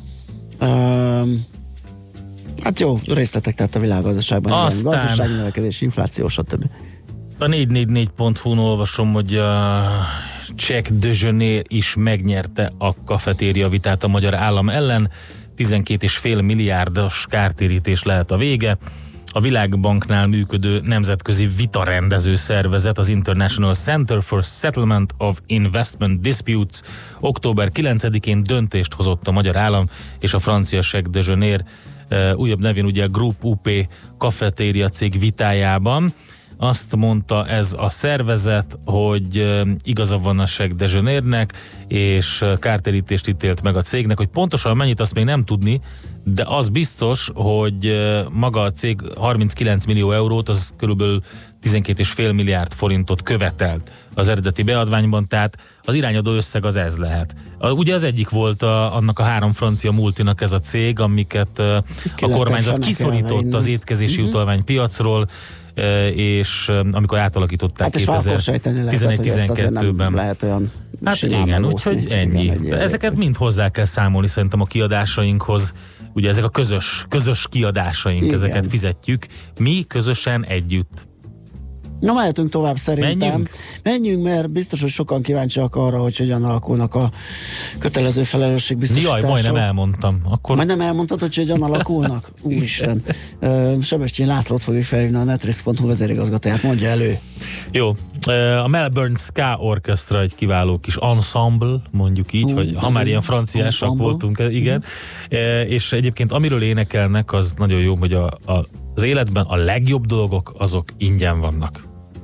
Hát jó, részletek tehát a Világgazdaságban. Aztán gazdasági növekedés, infláció, stb. A 444.hu-n olvasom, hogy a Czech Déjeuner is megnyerte a kafetéria vitát a magyar állam ellen. 12,5 milliárdos kártérítés lehet a vége. A Világbanknál működő nemzetközi vitarendező szervezet, az International Center for Settlement of Investment Disputes október 9-én döntést hozott a magyar állam és a francia Czech Déjeuner, újabb nevén ugye a Group UP kafetéria cég vitájában. Azt mondta ez a szervezet, hogy igaza van a Czech Déjeunernek, és kártérítést ítélt meg a cégnek, hogy pontosan mennyit azt még nem tudni, de az biztos, hogy maga a cég 39 millió eurót, az körülbelül 12,5 milliárd forintot követelt az eredeti beadványban, tehát az irányadó összeg az ez lehet. Ugye az egyik volt annak a 3 francia multinak ez a cég, amiket a kormányzat kiszorított az étkezési utalványpiacról, és amikor átalakították 2011-12-ben. Lehet olyan hát igen, úgyhogy ennyi. Ezeket mind hozzá kell számolni szerintem a kiadásainkhoz. Ugye ezek a közös kiadásaink, igen. Ezeket fizetjük mi közösen együtt. Na, mehetünk tovább szerintem. Menjünk, mert biztos, hogy sokan kíváncsiak arra, hogy hogyan alakulnak a kötelező felelősségbiztosítások. Jaj, majdnem elmondtam. Akkor... Majdnem elmondtad, hogy hogyan alakulnak? Úristen. Sebestyén Lászlót fogjuk felhívni, a netrisk.hu vezérigazgatóját. Mondja elő. Jó. A Melbourne Ska Orchestra egy kiváló kis ensemble, mondjuk így, hogy ha már ilyen franciásak voltunk, igen. És egyébként amiről énekelnek, az nagyon jó, hogy az életben a legjobb dolgok, azok ingyen vannak.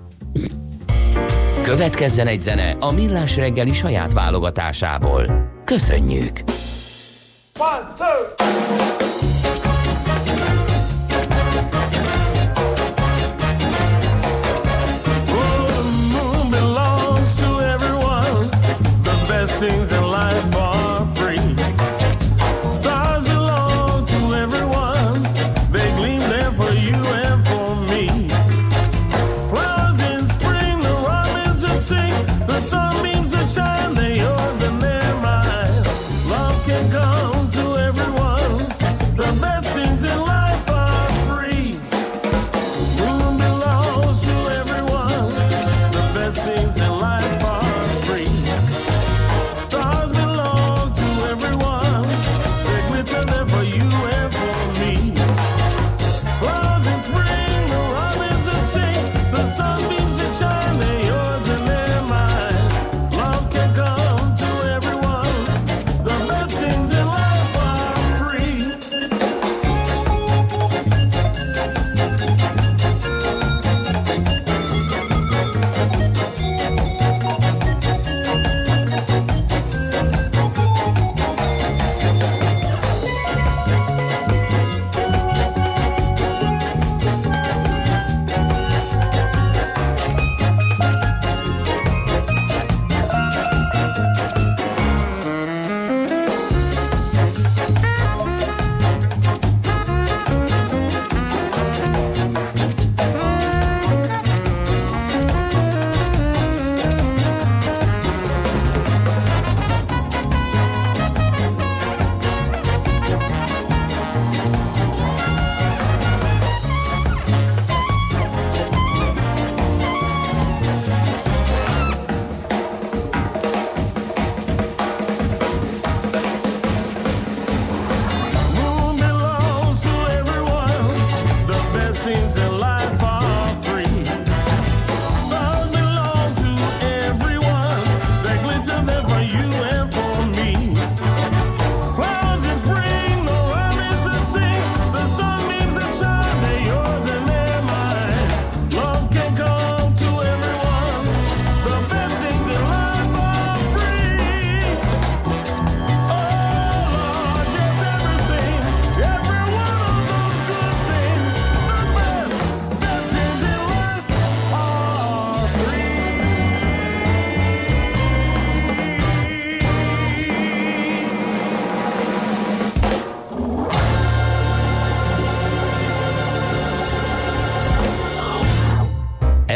Következzen egy zene a Millás reggeli saját válogatásából. Köszönjük! 1, 2. Things in life are free. Stars belong to everyone. They gleam there for you and for me. Flowers in spring, the robins that sing, the sunbeams that shine, they're yours and they're mine. Love can come to everyone. The best things in life are free. Moon belongs to everyone. The best things in life are free. Stars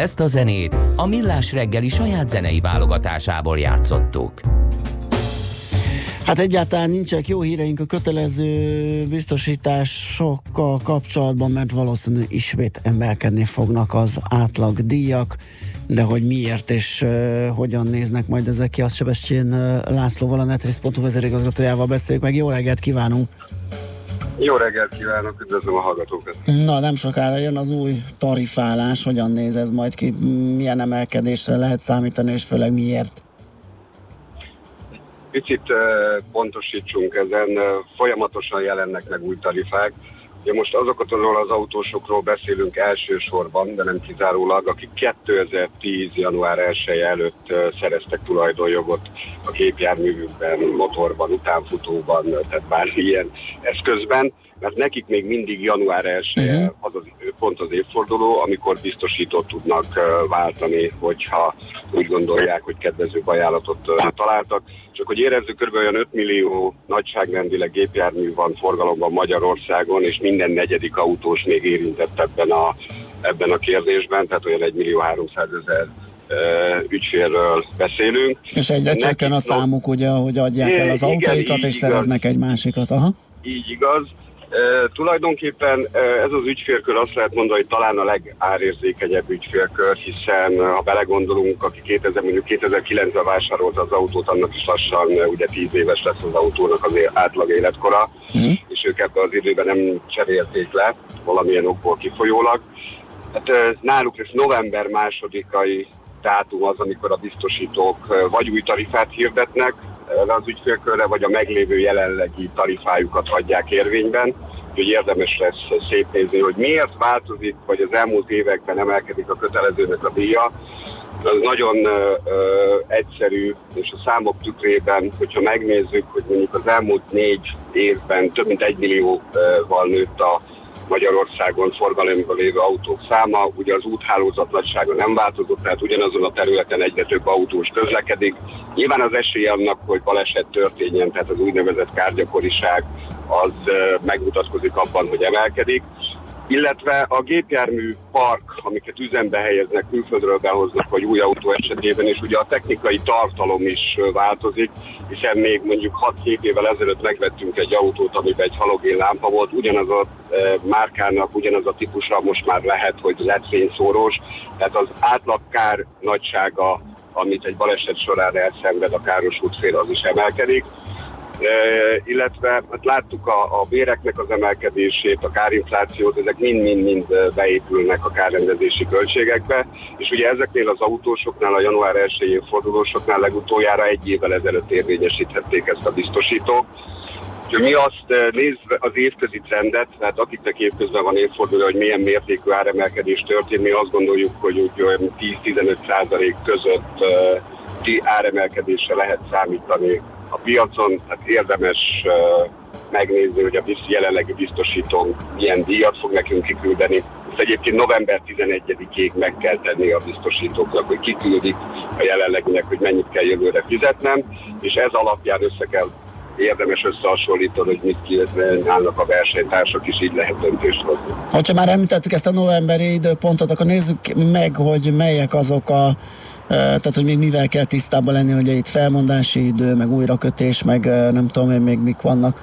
Ezt a zenét a Millás reggeli saját zenei válogatásából játszottuk. Hát egyáltalán nincsenek jó híreink a kötelező biztosításokkal kapcsolatban, mert valószínűleg ismét emelkedni fognak az átlagdíjak, de hogy miért és hogyan néznek majd ezek ki, azt Sebestyén Lászlóval, a Netris.hu vezérigazgatójával beszéljük meg. Jó reggelt kívánunk! Jó reggelt kívánok, üdvözlöm a hallgatókat! Na, nem sokára jön az új tarifálás, hogyan néz ez majd ki, milyen emelkedésre lehet számítani, és főleg miért? Picit pontosítsunk ezen, folyamatosan jelennek meg új tarifák. Ugye most azokról az autósokról beszélünk elsősorban, de nem kizárólag, akik 2010. január 1 előtt szereztek tulajdonjogot a gépjárművükben, motorban, utánfutóban, tehát bármilyen eszközben, mert nekik még mindig január 1 pont az évforduló, amikor biztosítót tudnak váltani, hogyha úgy gondolják, hogy kedvezőbb ajánlatot találtak. Csak hogy érezzük, kb. Olyan 5 millió nagyságrendileg gépjármű van forgalomban Magyarországon, és minden negyedik autós még érintett ebben a kérdésben, tehát olyan 1.300.000 ügyfélről beszélünk. És egyre csökken a számuk, ugye, hogy adják el az autóikat, és szereznek egy másikat. Aha. Így igaz. Tulajdonképpen ez az ügyfélkör, azt lehet mondani, hogy talán a legárérzékenyebb ügyfélkör, hiszen ha belegondolunk, aki 2009-ben vásárolta az autót, annak is lassan ugye 10 éves lesz az autónak az átlag életkora, és ők ebben az időben nem cserélték le, valamilyen okból kifolyólag. Hát náluk ez november 2-ai dátum az, amikor a biztosítók vagy új tarifát hirdetnek az ügyfélkörre, vagy a meglévő jelenlegi tarifájukat hagyják érvényben. Úgyhogy érdemes lesz szétnézni, hogy miért változik, vagy az elmúlt években emelkedik a kötelezőnek a díja. Ez nagyon egyszerű, és a számok tükrében, hogyha megnézzük, hogy mondjuk az elmúlt 4 évben több mint 1 millióval nőtt a Magyarországon forgalomban lévő autók száma, ugye az úthálózat nagysága nem változott, tehát ugyanazon a területen egyre több autós közlekedik. Nyilván az esélye annak, hogy baleset történjen, tehát az úgynevezett kárgyakoriság, az megmutatkozik abban, hogy emelkedik. Illetve a gépjármű park, amiket üzembe helyeznek, külföldről behoznak, vagy új autó esetében, és ugye a technikai tartalom is változik, hiszen még mondjuk 6-7 évvel ezelőtt megvettünk egy autót, amiben egy halogén lámpa volt, ugyanaz a márkának, ugyanaz a típusa most már lehet, hogy lett fényszórós, tehát az átlagkár nagysága, amit egy baleset során elszenved a károsult fél, az is emelkedik. Illetve hát láttuk a béreknek az emelkedését, a kárinflációt, ezek mind beépülnek a kárrendezési költségekbe, és ugye ezeknél az autósoknál, a január 1-én fordulósoknál legutoljára 1 évvel ezelőtt érvényesítették ezt a biztosítót. Úgyhogy mi azt nézve az évközi trendet, tehát akiknek évközben van évforduló, hogy milyen mértékű áremelkedés történt, mi azt gondoljuk, hogy úgy 10-15% között áremelkedésre lehet számítani a piacon, tehát érdemes megnézni, hogy a jelenlegi biztosítónk milyen díjat fog nekünk kiküldeni. Ezt egyébként november 11-ig meg kell tenni a biztosítóknak, hogy kiküldik a jelenleginek, hogy mennyit kell jövőre fizetnem, és ez alapján érdemes összehasonlítani, hogy mit kínálnak a versenytársak, és így lehet döntést hozni. Ha már említettük ezt a novemberi időpontot, akkor nézzük meg, hogy melyek azok tehát, hogy még mivel kell tisztában lenni, hogy itt felmondási idő, meg újrakötés, meg nem tudom én még mik vannak.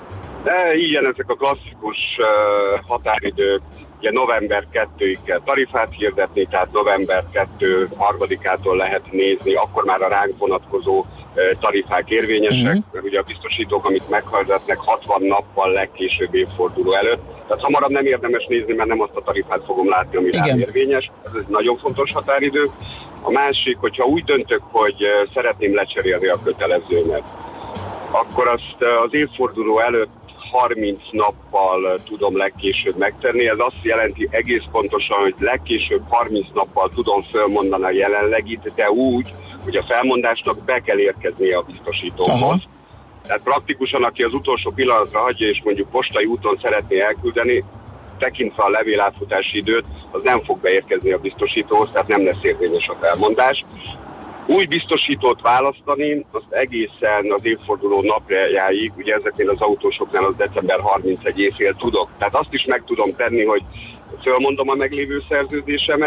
De igen, ezek a klasszikus határidők, ugye november 2-ig kell tarifát hirdetni, tehát november 2 3-ától lehet nézni, akkor már a ránk vonatkozó tarifák érvényesek, mert ugye a biztosítók, amit meghallgatnak 60 nappal legkésőbb évforduló előtt, tehát hamarabb nem érdemes nézni, mert nem azt a tarifát fogom látni, ami rám érvényes, ez egy nagyon fontos határidő. A másik, hogyha úgy döntök, hogy szeretném lecserélni a kötelezőmet, akkor azt az évforduló előtt 30 nappal tudom legkésőbb megtenni. Ez azt jelenti egész pontosan, hogy legkésőbb 30 nappal tudom fölmondani a jelenlegit, de úgy, hogy a felmondásnak be kell érkeznie a biztosítóhoz. Tehát praktikusan, aki az utolsó pillanatra hagyja, és mondjuk postai úton szeretné elküldeni, tekintve a levélátfutási időt, az nem fog beérkezni a biztosítóhoz, tehát nem lesz érvényes a felmondás. Új biztosítót választani, azt egészen az évforduló napjáig, ugye ezeknél az autósoknál az december 31 évfél tudok. Tehát azt is meg tudom tenni, hogy fölmondom a meglévő szerződésemet,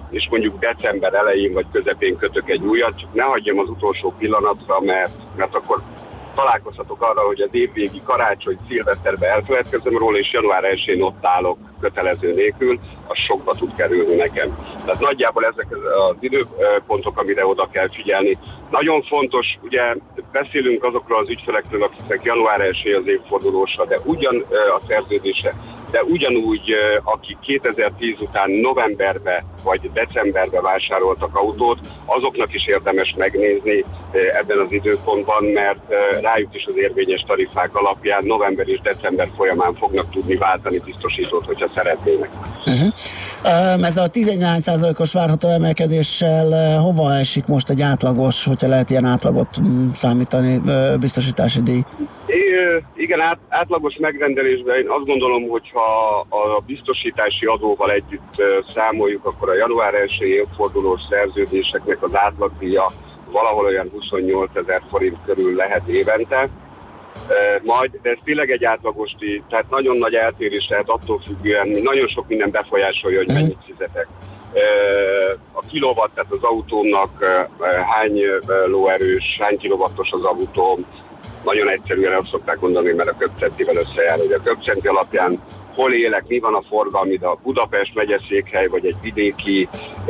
és mondjuk december elején vagy közepén kötök egy újat, csak ne hagyjam az utolsó pillanatra, mert akkor találkozhatok arra, hogy az évvégi karácsony, szilveszterbe elfeledkezem róla, és január 1-én ott állok kötelező nélkül, az sokba tud kerülni nekem. Tehát nagyjából ezek az időpontok, amire oda kell figyelni. Nagyon fontos, ugye beszélünk azokról az ügyfelekről, akiknek január 1 az évfordulósa, de ugyan a szerződése, de ugyanúgy, akik 2010 után novemberbe vagy decemberbe vásároltak autót, azoknak is érdemes megnézni ebben az időpontban, mert rájuk is az érvényes tarifák alapján november és december folyamán fognak tudni váltani biztosítót, hogyha szeretnének. Ezzel a 14%-os várható emelkedéssel hova esik most egy átlagos, hogyha lehet ilyen átlagot számítani, biztosítási díj? Igen, átlagos megrendelésben én azt gondolom, hogy ha a biztosítási adóval együtt számoljuk, akkor a január 1 évfordulós szerződéseknek az átlagdíja valahol olyan 28 000 forint körül lehet évente. De ez tényleg egy átlagos díj, tehát nagyon nagy eltérés lehet attól függően, nagyon sok minden befolyásolja, hogy mennyit fizetek. A kilowatt, tehát az autómnak hány lóerős, hány kilowattos az autóm, nagyon egyszerűen el szokták mondani, mert a köbcentivel összejár, hogy a köbcenti alapján hol élek, mi van a forgalmi, de a Budapest megyeszékhely, vagy egy vidéki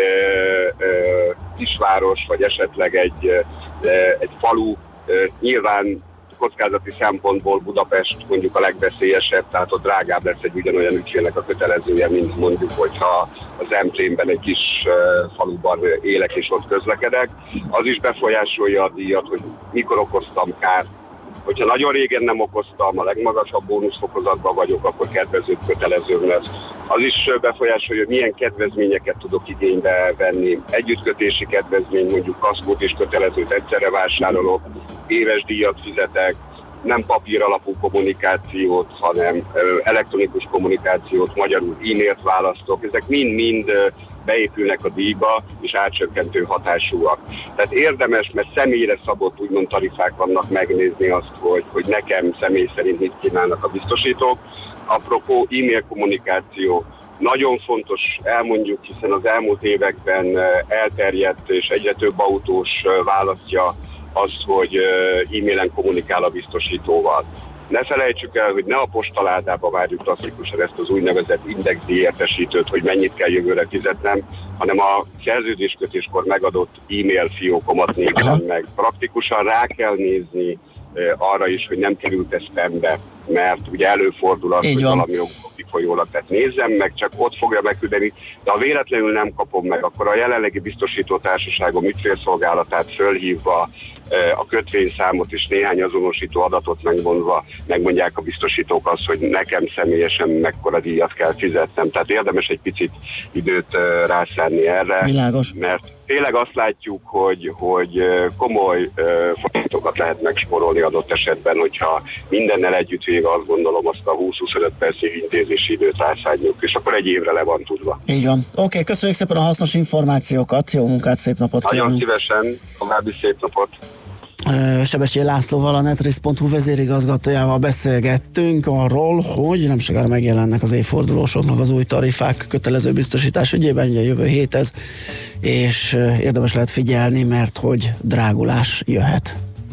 kisváros, vagy esetleg egy falu, nyilván kockázati szempontból Budapest mondjuk a legveszélyesebb, tehát ott drágább lesz egy ugyanolyan ügyfélnek a kötelezője, mint mondjuk, hogyha az Emplénben egy kis faluban élek és ott közlekedek. Az is befolyásolja a díjat, hogy mikor okoztam kárt. Hogyha nagyon régen nem okoztam, a legmagasabb bónuszfokozatban vagyok, akkor kedvezőbb, kötelezőbb lesz. Az is befolyásolja, hogy milyen kedvezményeket tudok igénybe venni. Együttkötési kedvezmény, mondjuk kaszkót és kötelezőt egyszerre vásárolok, éves díjat fizetek, nem papír alapú kommunikációt, hanem elektronikus kommunikációt, magyarul e-mailt választok. Ezek mind-mind beépülnek a díjba, és átcsökkentő hatásúak. Tehát érdemes, mert személyre szabott úgymond tarifák vannak, megnézni azt, hogy nekem személy szerint mit kínálnak a biztosítók. Apropó e-mail kommunikáció, nagyon fontos elmondjuk, hiszen az elmúlt években elterjedt és egyre több autós választja azt, hogy e-mailen kommunikál a biztosítóval. Ne felejtsük el, hogy ne a postaládába várjuk klasszikusan ezt az úgynevezett indexdíjértesítőt, hogy mennyit kell jövőre fizetnem, hanem a szerződéskötéskor megadott e-mail fiókomat nézem meg. Praktikusan rá kell nézni arra is, hogy nem került ez spambe, mert ugye előfordul az, hogy valami kifolyólag, tehát nézzem meg, csak ott fogja megküldeni, de ha véletlenül nem kapom meg, akkor a jelenlegi biztosítótársaságom ügyfélszolgálatát fölhívva, a kötvényszámot és néhány azonosító adatot megmondva megmondják a biztosítók azt, hogy nekem személyesen mekkora díjat kell fizetnem. Tehát érdemes egy picit időt rászánni erre. Világos. Mert tényleg azt látjuk, hogy komoly forintokat lehet megspórolni adott esetben, hogyha mindennel együttvéve azt gondolom azt a 20-25 percig intézési időt rászánjuk, és akkor egy évre le van tudva. Így van. Oké, köszönjük szépen a hasznos információkat, jó munkát, szép napot kívánunk. Nagyon szívesen, további szép napot. Sebestyén Lászlóval, a netrisk.hu vezérigazgatójával beszélgettünk arról, hogy nem sokára megjelennek az évfordulósoknak az új tarifák kötelező biztosítás ügyében, ugye jövő hét ez, és érdemes lehet figyelni, mert hogy drágulás jöhet.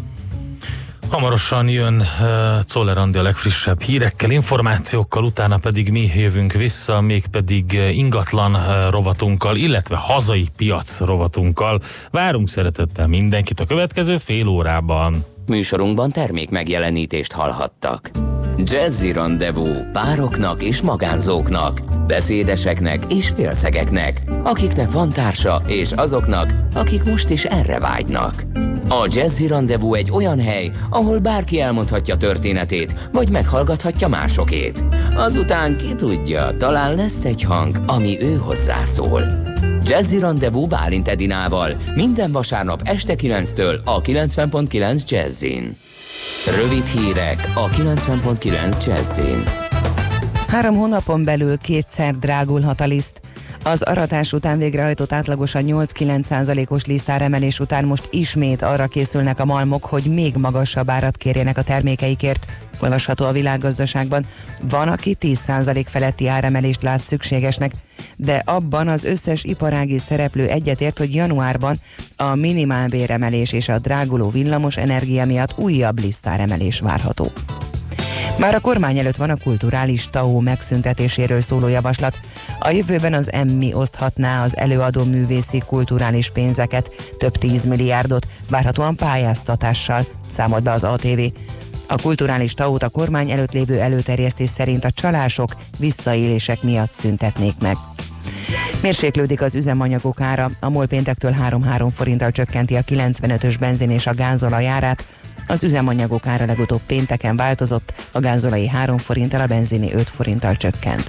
Hamarosan jön Czoller Andi a legfrissebb hírekkel, információkkal, utána pedig mi jövünk vissza, mégpedig ingatlan rovatunkkal, illetve hazai piac rovatunkkal. Várunk szeretettel mindenkit a következő fél órában. Műsorunkban termék megjelenítést hallhattak. Jazzy Rendezvú pároknak és magánzóknak, beszédeseknek és félszegeknek, akiknek van társa és azoknak, akik most is erre vágynak. A Jazzy Rendezvú egy olyan hely, ahol bárki elmondhatja történetét, vagy meghallgathatja másokét. Azután ki tudja, talán lesz egy hang, ami ő hozzászól. Jazzy Rendezvú Bálint Edinával minden vasárnap este 9-től a 90.9 Jazzin. Rövid hírek a 90.9 Jazzin. 3 hónapon belül 2-szer drágulhat a liszt. Az aratás után végrehajtott átlagosan 8-9%-os lisztáremelés után most ismét arra készülnek a malmok, hogy még magasabb árat kérjenek a termékeikért. Olvasható a Világgazdaságban. Van, aki 10% feletti áremelést lát szükségesnek, de abban az összes iparági szereplő egyetért, hogy januárban a minimálbéremelés és a dráguló villamos energia miatt újabb lisztáremelés várható. Már a kormány előtt van a kulturális TAO megszüntetéséről szóló javaslat. A jövőben az Emmi oszthatná az előadó művészi kulturális pénzeket, több 10 milliárdot, várhatóan pályáztatással, számolt be az ATV. A kulturális TAO-t a kormány előtt lévő előterjesztés szerint a csalások, visszaélések miatt szüntetnék meg. Mérséklődik az üzemanyagok ára, a MOL péntektől 3-3 forinttal csökkenti a 95-ös benzin és a gázolaj árát. Az üzemanyagok ára legutóbb pénteken változott, a gázolai 3 forinttal, a benzini 5 forinttal csökkent.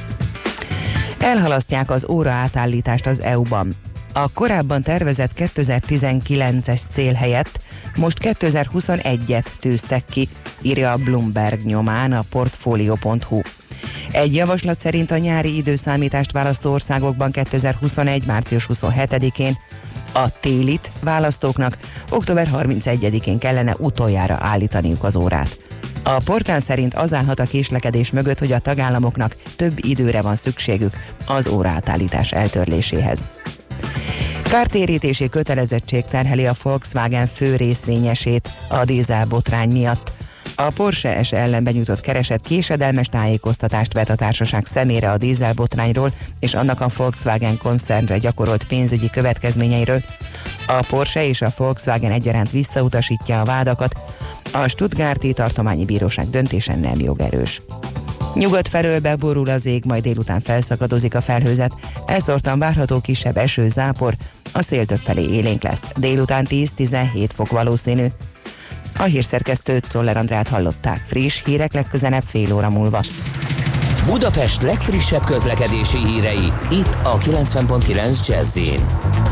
Elhalasztják az óra átállítást az EU-ban. A korábban tervezett 2019-es cél helyett most 2021-et tűztek ki, írja a Bloomberg nyomán a Portfolio.hu. Egy javaslat szerint a nyári időszámítást választó országokban 2021. március 27-én, a télit választóknak október 31-én kellene utoljára állítaniuk az órát. A portál szerint az állhat a késlekedés mögött, hogy a tagállamoknak több időre van szükségük az óraátállítás eltörléséhez. Kártérítési kötelezettség terheli a Volkswagen fő részvényesét a dízelbotrány miatt. A Porsche SE ellen benyújtott kereset késedelmes tájékoztatást vet a társaság szemére a dízelbotrányról és annak a Volkswagen koncernre gyakorolt pénzügyi következményeiről. A Porsche és a Volkswagen egyaránt visszautasítja a vádakat. A Stuttgarti tartományi bíróság döntése nem jogerős. Nyugat felől beborul az ég, majd délután felszakadozik a felhőzet. Elszórtan várható kisebb eső, zápor, a szél többfelé élénk lesz. Délután 10-17 fok valószínű. A hírszerkesztőt, Czoller Andrát hallották. Friss hírek legközelebb fél óra múlva. Budapest legfrissebb közlekedési hírei, itt a 90.9 Jazz-in.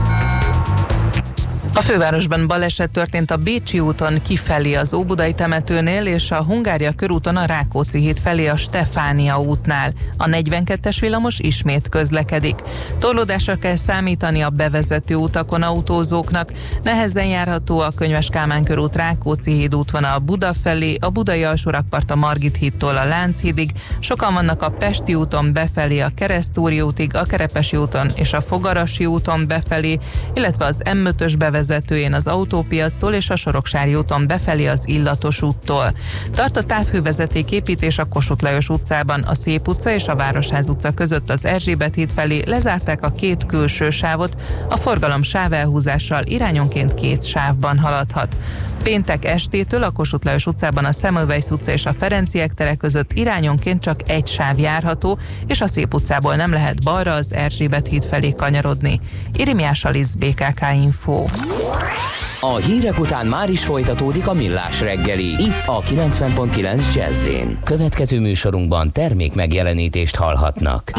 A fővárosban baleset történt a Bécsi úton kifelé az Óbudai temetőnél és a Hungária körúton a Rákóczi híd felé a Stefánia útnál. A 42-es villamos ismét közlekedik. Torlódásra kell számítani a bevezető utakon autózóknak. Nehezen járható a Könyves Kálmán körút Rákóczi híd útvonal Buda felé, a Budai alsórakpart a Margit hídtól a Lánchídig. Sokan vannak a Pesti úton befelé a Keresztúri útig, a Kerepesi úton és a Fogarasi úton befelé, illetve az M5-ös bevezetőjén az Autópiactól és a Soroksári úton befelé az Illatos úttól. Tart a távhővezeték építés a Kossuth Lajos utcában, a Szép utca és a Városház utca között az Erzsébet híd felé lezárták a két külső sávot, a forgalom sávelhúzással irányonként 2 sávban haladhat. Péntek estétől a Kossuth Lajos utcában a Semmelweis utca és a Ferenciek tere között irányonként csak 1 sáv járható, és a Szép utcából nem lehet balra az Erzsébet híd felé kanyarodni. Irimiás Alisz, BKK Info. A hírek után már is folytatódik a Millás reggeli, itt a 90.9 Jazz-in. Következő műsorunkban termék megjelenítést hallhatnak.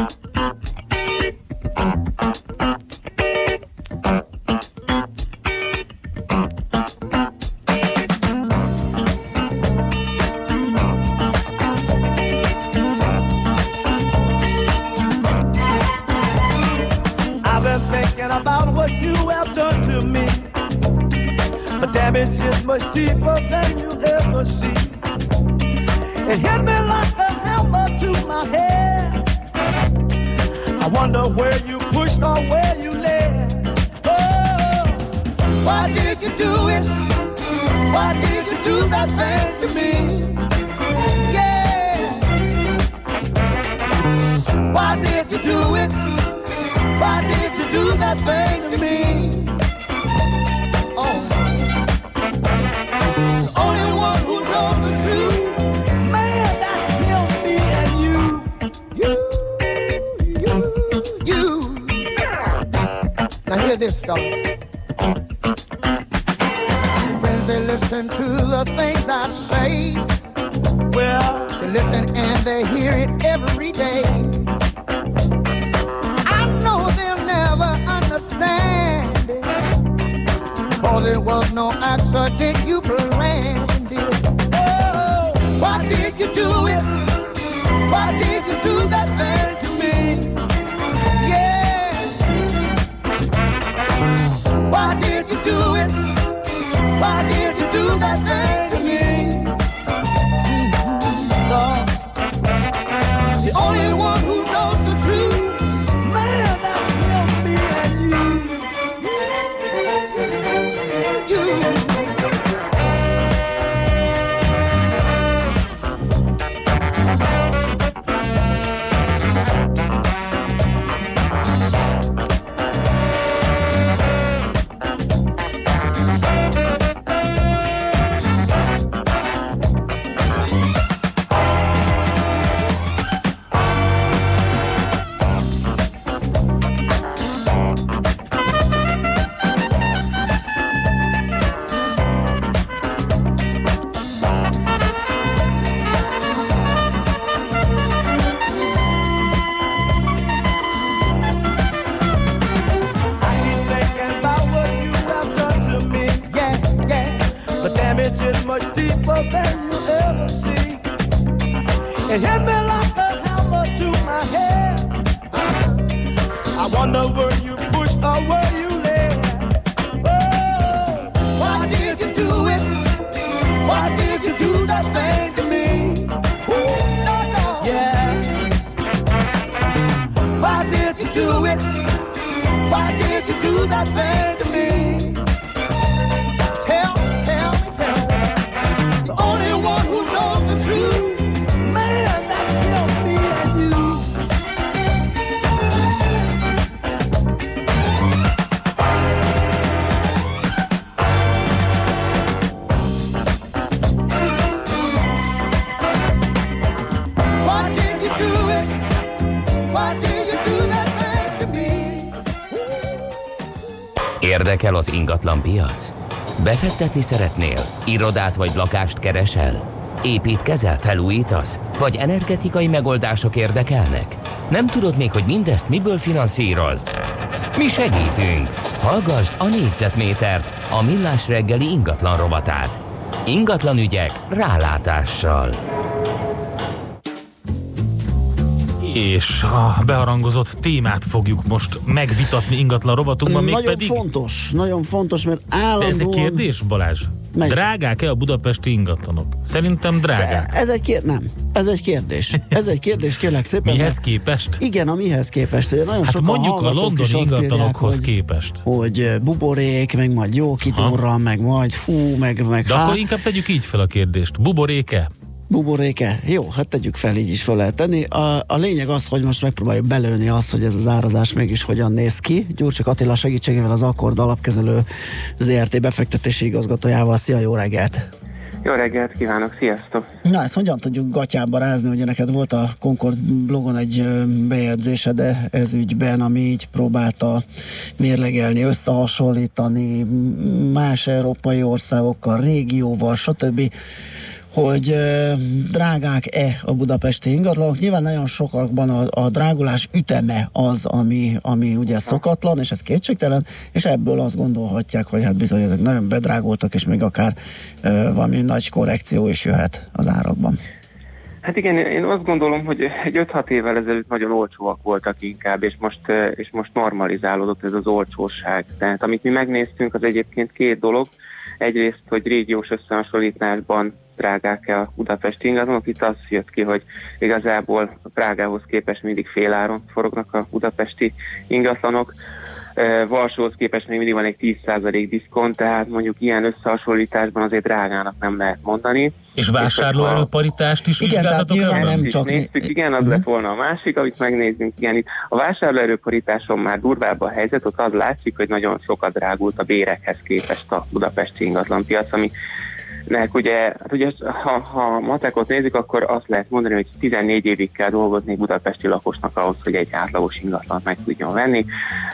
Damage is much deeper than you ever see. It hit me like a hammer to my head. I wonder where you pushed or where you led. Oh, why did you do it? Why did you do that thing to me? Yeah. Why did you do it? Why did you do that thing to me? Oh. The only one who knows the truth, man, that's him, me, and you. Now hear this, fellas. Friends, they listen to the things I say. Well, they listen and they hear it every day. I know they'll never understand it, 'cause it was no accident, you planned it. Oh, why did you do it? Why did you do that thing to me? Yeah. cheaper than you ever see. It hit me like a hammer to my head. I wonder were you pushed or were you led? Oh, why did you do it? Why did you do that thing to me? Ooh, no, no. Yeah. Why did you do it? Why did you do that thing to me? Tell me. The only one who knows the truth, man, that's just me and you. Why did you do it? Why did you do that thing to me? Érdekel az ingatlan piac? Befektetni szeretnél? Irodát vagy lakást keresel? Építkezel, felújítasz? Vagy energetikai megoldások érdekelnek? Nem tudod még, hogy mindezt miből finanszírozd? Mi segítünk! Hallgasd a Négyzetmétert, a Millás reggeli ingatlan rovatát. Ingatlan ügyek rálátással. És a beharangozott témát fogjuk most megvitatni ingatlan rovatunkban, mégpedig... Nagyon fontos, mert állandóan... De ez egy kérdés, Balázs? Mely? Drágák-e a budapesti ingatlanok? Szerintem drágák. Ez egy kérdés. Ez egy kérdés, kérlek szépen. Mihez képest? Igen, a mihez képest. Ugye nagyon hát sokan mondjuk a londoni ingatlanokhoz képest. Hogy buborék, meg majd jó kitúrra, meg majd meg de akkor inkább tegyük így fel a kérdést. Buboréke? Buboréke? Jó, hát tegyük fel, így is fel lehet tenni. A lényeg az, hogy most megpróbáljuk belőni azt, hogy ez az árazás mégis hogyan néz ki. Gyurcsik Attila segítségével, az Akkord alapkezelő ZRT befektetési igazgatójával. Szia, jó reggelt! Jó reggelt kívánok, sziasztok! Na, ezt hogyan tudjuk gatyába rázni? Ugye neked volt a Concord blogon egy bejegyzésed ez ügyben, ami így próbálta mérlegelni, összehasonlítani más európai országokkal, régióval, stb., hogy drágák-e a budapesti ingatlanok. Nyilván nagyon sokakban a drágulás üteme az, ami ugye szokatlan, és ez kétségtelen, és ebből azt gondolhatják, hogy hát bizony ezek nagyon bedrágultak, és még akár valami nagy korrekció is jöhet az árakban. Hát igen, én azt gondolom, hogy egy 5-6 évvel ezelőtt nagyon olcsóak voltak inkább, és most normalizálódott ez az olcsóság. Tehát amit mi megnéztünk, az egyébként két dolog. Egyrészt, hogy régiós összehasonlításban drágák-e a budapesti ingatlanok. Itt az jött ki, hogy igazából a Prágához képest mindig féláron forognak a budapesti ingatlanok. Varsóhoz képest még mindig van egy 10% diszkont, tehát mondjuk ilyen összehasonlításban azért drágának nem lehet mondani. És vásárlóerőparitást is vizsgáltatok el? Nem csak néztük, igen, az lett volna a másik, amit megnézzünk. Igen, itt a vásárlóerőparitáson már durvább a helyzet, ott az látszik, hogy nagyon sokat drágult a bérekhez képest a budapesti ingatlanpiac, ami ugye, hát ugye ha matekot nézzük, akkor azt lehet mondani, hogy 14 évig kell dolgozni budapesti lakosnak ahhoz, hogy egy átlagos ingatlant meg tudjon venni.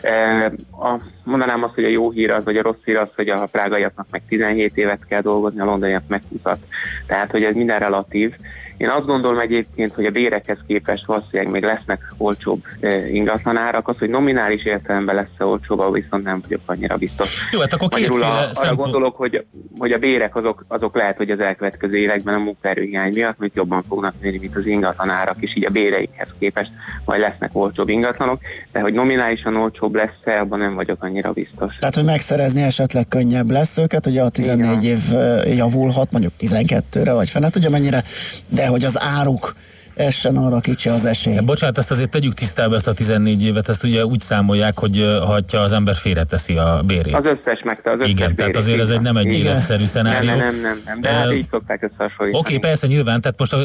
Mondanám azt, hogy a jó hír az, vagy a rossz hír az, hogy a prágaiaknak meg 17 évet kell dolgozni, a londoniak meg 20-at. Tehát, hogy ez minden relatív. Én azt gondolom egyébként, hogy a bérekhez képest valószínűleg még lesznek olcsóbb ingatlanárak. Az, hogy nominális értelemben lesz olcsóbb, viszont nem vagyok annyira biztos. Jó, hát akkor arra gondolok, hogy a bérek azok lehet, hogy az elkövetkező években a munkaerőhiány miatt még jobban fognak nőni, mint az ingatlanárak, és így a béreikhez képest majd lesznek olcsóbb ingatlanok, de hogy nominálisan olcsóbb lesz, abban nem vagyok annyira biztos. Tehát, hogy megszerezni esetleg könnyebb lesz őket, ugye a 14 év javulhat, mondjuk 12-re, vagy fene tudja mennyire, de hogy az áruk essen arra kicsi az esély. Ja, bocsánat, ezt azért tegyük tisztába, ezt a 14 évet, ezt ugye úgy számolják, hogy ha az ember félreteszi a bérét. Az összes igen, tehát azért ez nem egy életszerű szenárió. Nem, de hát így szokták összehasonlítani. Oké, persze, nyilván, tehát most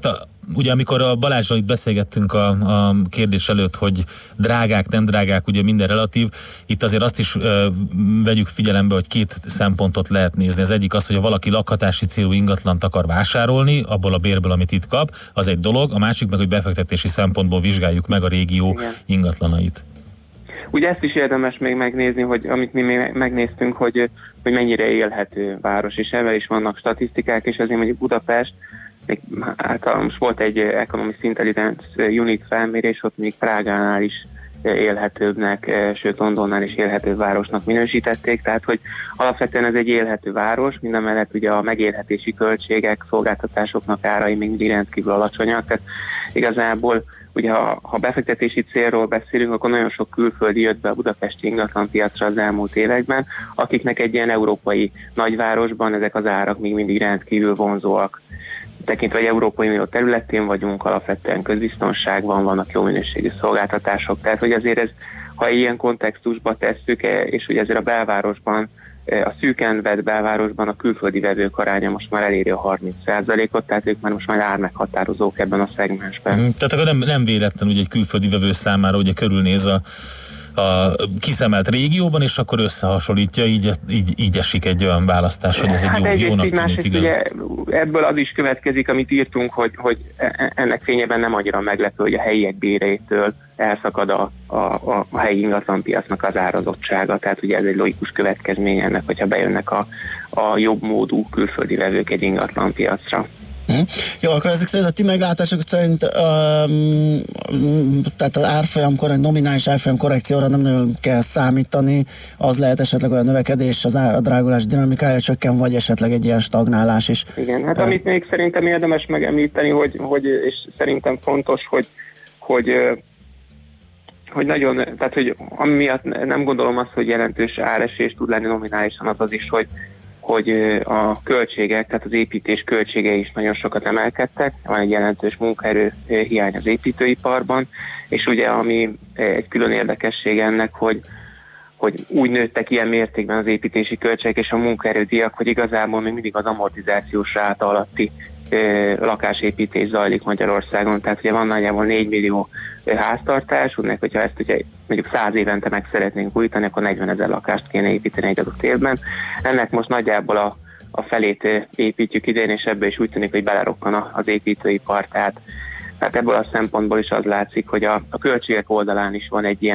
ugye amikor a Balázsral itt beszélgettünk a kérdés előtt, hogy drágák, nem drágák, ugye minden relatív, itt azért azt is vegyük figyelembe, hogy két szempontot lehet nézni. Az egyik az, hogy ha valaki lakhatási célú ingatlant akar vásárolni, abból a bérből, amit itt kap, az egy dolog, a másik meg, hogy befektetési szempontból vizsgáljuk meg a régió ingatlanait. Ugye ezt is érdemes még megnézni, hogy amit mi megnéztünk, hogy mennyire élhető város, és ebben is vannak statisztikák, és ezért mondjuk Budapest, most volt egy Economist Intelligence Unit felmérés, ott még Prágánál is élhetőbbnek, sőt Londonnál is élhető városnak minősítették, tehát hogy alapvetően ez egy élhető város, mindamellett ugye a megélhetési költségek, szolgáltatásoknak árai még mindig rendkívül alacsonyak, tehát igazából ugye ha befektetési célról beszélünk, akkor nagyon sok külföldi jött be a budapesti ingatlanpiacra az elmúlt években, akiknek egy ilyen európai nagyvárosban ezek az árak még mindig rendkívül vonzóak. Tekintve, hogy Európai Unió területén vagyunk, alapvetően közbiztonság vannak jó minőségű szolgáltatások, tehát hogy azért ez, ha ilyen kontextusba tesszük, és ugye ezért a belvárosban, a szűken vett belvárosban a külföldi vevők aránya most már eléri a 30%-ot, tehát ők már most már ármeghatározók ebben a szegmensben. Tehát akkor nem véletlen ugye egy külföldi vevő számára ugye körülnéz a kiszemelt régióban, és akkor összehasonlítja, így esik egy olyan választás, hogy ez egy jónak tűnik. Igen. Ugye ebből az is következik, amit írtunk, hogy ennek fényében nem annyira meglepő, hogy a helyiek béreitől elszakad a helyi ingatlanpiacnak az árazottsága, tehát ugye ez egy logikus következmény ennek, hogyha bejönnek a jobb módú külföldi vevők egy ingatlanpiacra. Jó, akkor ezek szerint a ti meglátások szerint tehát az árfolyamkor, nominális árfolyam korrekcióra nem nagyon kell számítani, az lehet esetleg olyan növekedés, a drágulás dinamikája csökken, vagy esetleg egy ilyen stagnálás is. Igen, hát amit még szerintem érdemes megemlíteni, hogy és szerintem fontos, hogy nagyon, tehát hogy ami miatt nem gondolom azt, hogy jelentős áresés tud lenni nominálisan, az is, hogy a költségek, tehát az építés költségei is nagyon sokat emelkedtek, van egy jelentős munkaerő hiány az építőiparban, és ugye ami egy külön érdekesség ennek, hogy úgy nőttek ilyen mértékben az építési költségek és a munkaerődíjak, hogy igazából még mindig az amortizációs ráta alatti lakásépítés zajlik Magyarországon, tehát ugye van nagyjából 4 millió háztartás, hogyha ezt ugye mondjuk 100 évente meg szeretnénk újítani, akkor 40 000 lakást kéne építeni egy adott évben. Ennek most nagyjából a felét építjük idén, és ebből is úgy tűnik, hogy belerokkan az építőipar, tehát ebből a szempontból is az látszik, hogy a költségek oldalán is van egy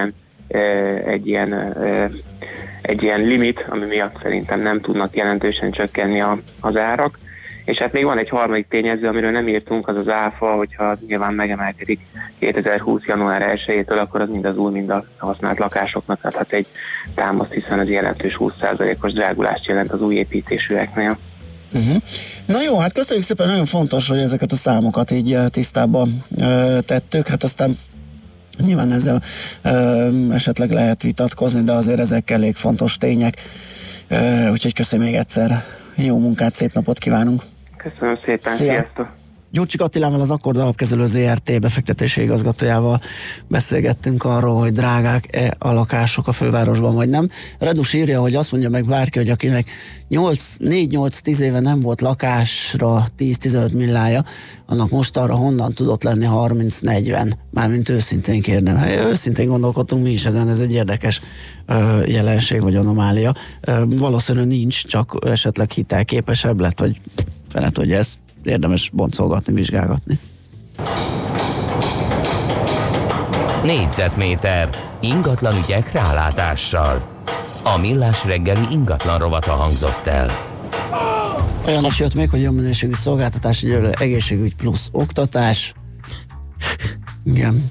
ilyen limit, ami miatt szerintem nem tudnak jelentősen csökkenni az árak. És hát még van egy harmadik tényező, amiről nem írtunk, az az áfa, hogyha nyilván megemelkedik 2020. január 1-től, akkor az mind az új, mind a használt lakásoknak adhat egy támaszt, hiszen az jelentős 20%-os drágulást jelent az új építésűeknél. Na jó, hát köszönjük szépen, nagyon fontos, hogy ezeket a számokat így tisztában tettük, hát aztán nyilván ezzel esetleg lehet vitatkozni, de azért ezek elég fontos tények, úgyhogy köszönjük még egyszer, jó munkát, szép napot kívánunk! Köszönöm szépen, sziasztok! Gyurcsik Attilával, az Akkord Alapkezelő ZRT befektetési igazgatójával beszélgettünk arról, hogy drágák-e a lakások a fővárosban, vagy nem. Redus írja, hogy azt mondja meg bárki, hogy akinek 4-8-10 éve nem volt lakásra 10-15 millája, annak most arra honnan tudott lenni 30-40? Mármint őszintén kérdem. Őszintén gondolkodtunk mi is ezen, ez egy érdekes jelenség vagy anomália. Valószínűleg nincs, csak esetleg hitelképesebb lett, vagy fele tudja, ezt érdemes boncolgatni, vizsgálgatni. Négyzetméter ingatlan ügyek rálátással. A Millás reggeli ingatlan rovata hangzott el. Olyan is jött még, hogy jobb minőségű szolgáltatás, egészségügy plusz oktatás. Igen.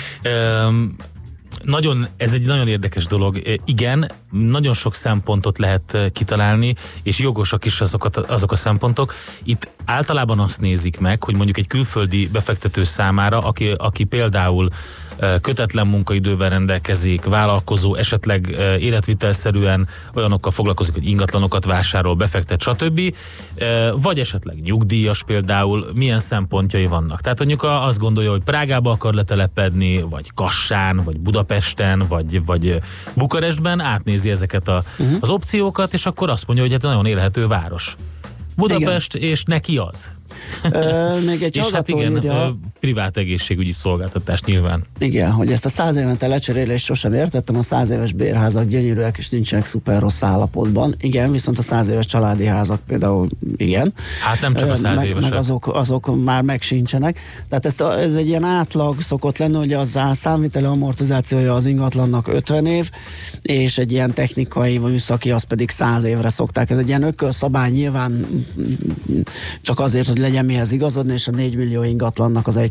Ez egy nagyon érdekes dolog. Igen, nagyon sok szempontot lehet kitalálni, és jogosak is azok a szempontok. Itt általában azt nézik meg, hogy mondjuk egy külföldi befektető számára, aki például kötetlen munkaidővel rendelkezik, vállalkozó, esetleg életvitelszerűen olyanokkal foglalkozik, hogy ingatlanokat vásárol, befektet, stb. Vagy esetleg nyugdíjas például, milyen szempontjai vannak. Tehát mondjuk azt gondolja, hogy Prágába akar letelepedni, vagy Kassán, vagy Budapesten, vagy Bukarestben, átnézi ezeket az opciókat, és akkor azt mondja, hogy ez nagyon élhető város. Budapest, igen. És neki az. Még egy és hát igen, írja, privát egészségügyi szolgáltatás nyilván. Igen, hogy ezt a 100 évente lecserélést sosem értettem, a 100 éves bérházak gyönyörűek és nincsenek szuper rossz állapotban. Igen, viszont a 100 éves családi házak például igen. Hát nem csak a 100 évesek. Meg azok már meg sincsenek. Tehát ez egy ilyen átlag szokott lenni, hogy az számviteli amortizációja az ingatlannak 50 év, és egy ilyen technikai vagy műszaki az pedig 100 évre szokták. Ez egy ilyen ökölszabály nyilván csak azért, hogy legyen mihez igazodni, és a 4 millió ingatlannak az 1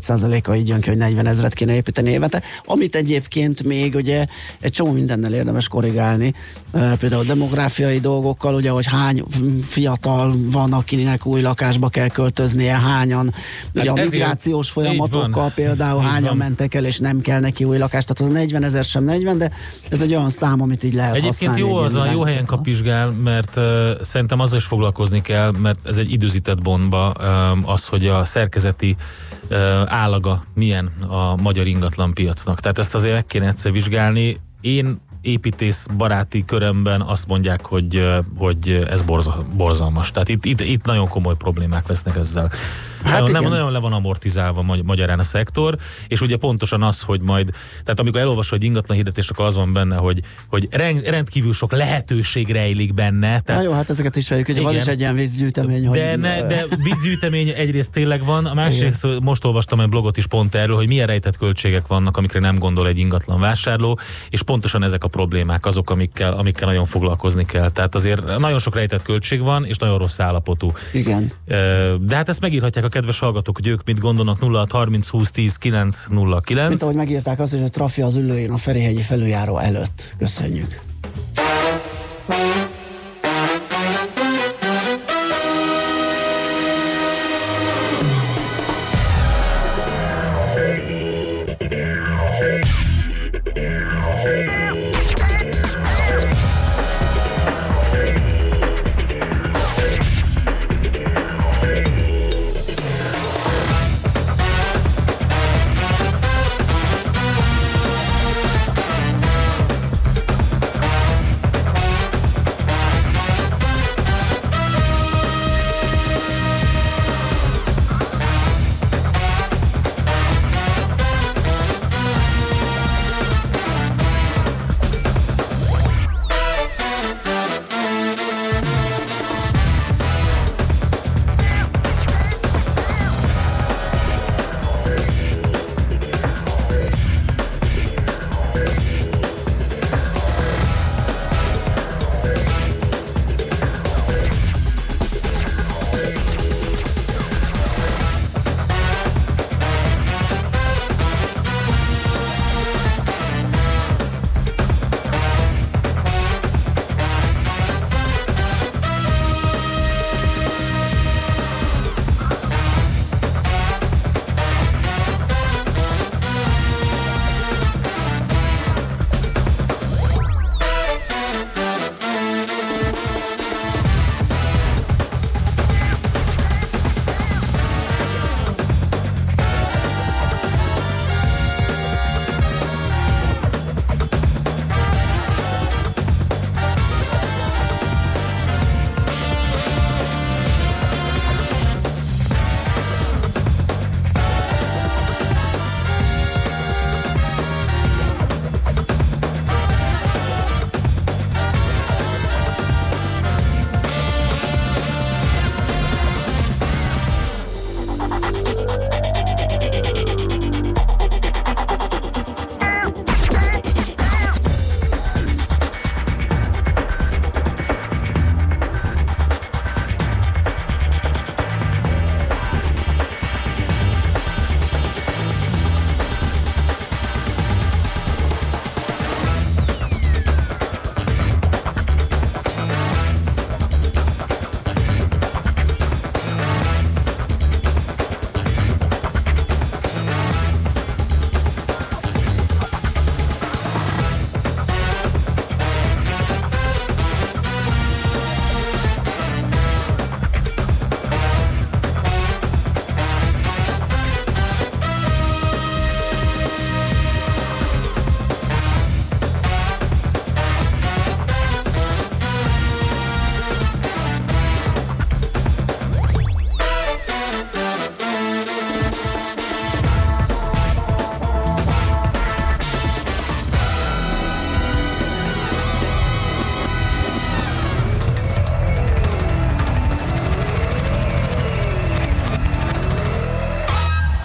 2%-a így jön ki, hogy 40 000 kéne építeni évente, amit egyébként még ugye egy csomó mindennel érdemes korrigálni, például demográfiai dolgokkal, ugye, hogy hány fiatal van, akinek új lakásba kell költöznie, hányan, ugye a migrációs folyamatokkal például hányan mentek el, és nem kell neki új lakást, tehát az 40 000 sem 40, de ez egy olyan szám, amit így lehet egyébként használni. Egyébként jó az a jó helyen kapizsgál, mert szerintem azzal is foglalkozni kell, mert ez egy időzített bomba, az, hogy a szerkezeti állaga milyen a magyar ingatlanpiacnak. Tehát ezt azért meg kéne egyszer vizsgálni. Én építész baráti körömben azt mondják, hogy ez borzalmas. Tehát itt nagyon komoly problémák lesznek ezzel. Hát nagyon le van amortizálva magyarán a szektor, és ugye pontosan az, hogy majd, tehát amikor elolvasod egy ingatlan hirdetést, akkor az van benne, hogy rendkívül sok lehetőség rejlik benne. Tehát, jó, hát ezeket is vegyük, ugye van is egy ilyen vízgyűjtemény. De vízgyűjtemény egyrészt tényleg van, a másrészt most olvastam egy blogot is pont erről, hogy milyen rejtett költségek vannak, amikre nem gondol egy ingatlan vásárló, és pontosan ezek a problémák azok, amikkel nagyon foglalkozni kell. Tehát azért nagyon sok rejtett költség van, és nagyon rossz állapotú. Igen. De hát ezt megírhatják a kedves hallgatók, hogy ők mit gondolnak. 06 30 20 10 909. Mint ahogy megírták azt, hogy a trafia az Üllőjén a Ferihegyi felüljáró előtt. Köszönjük.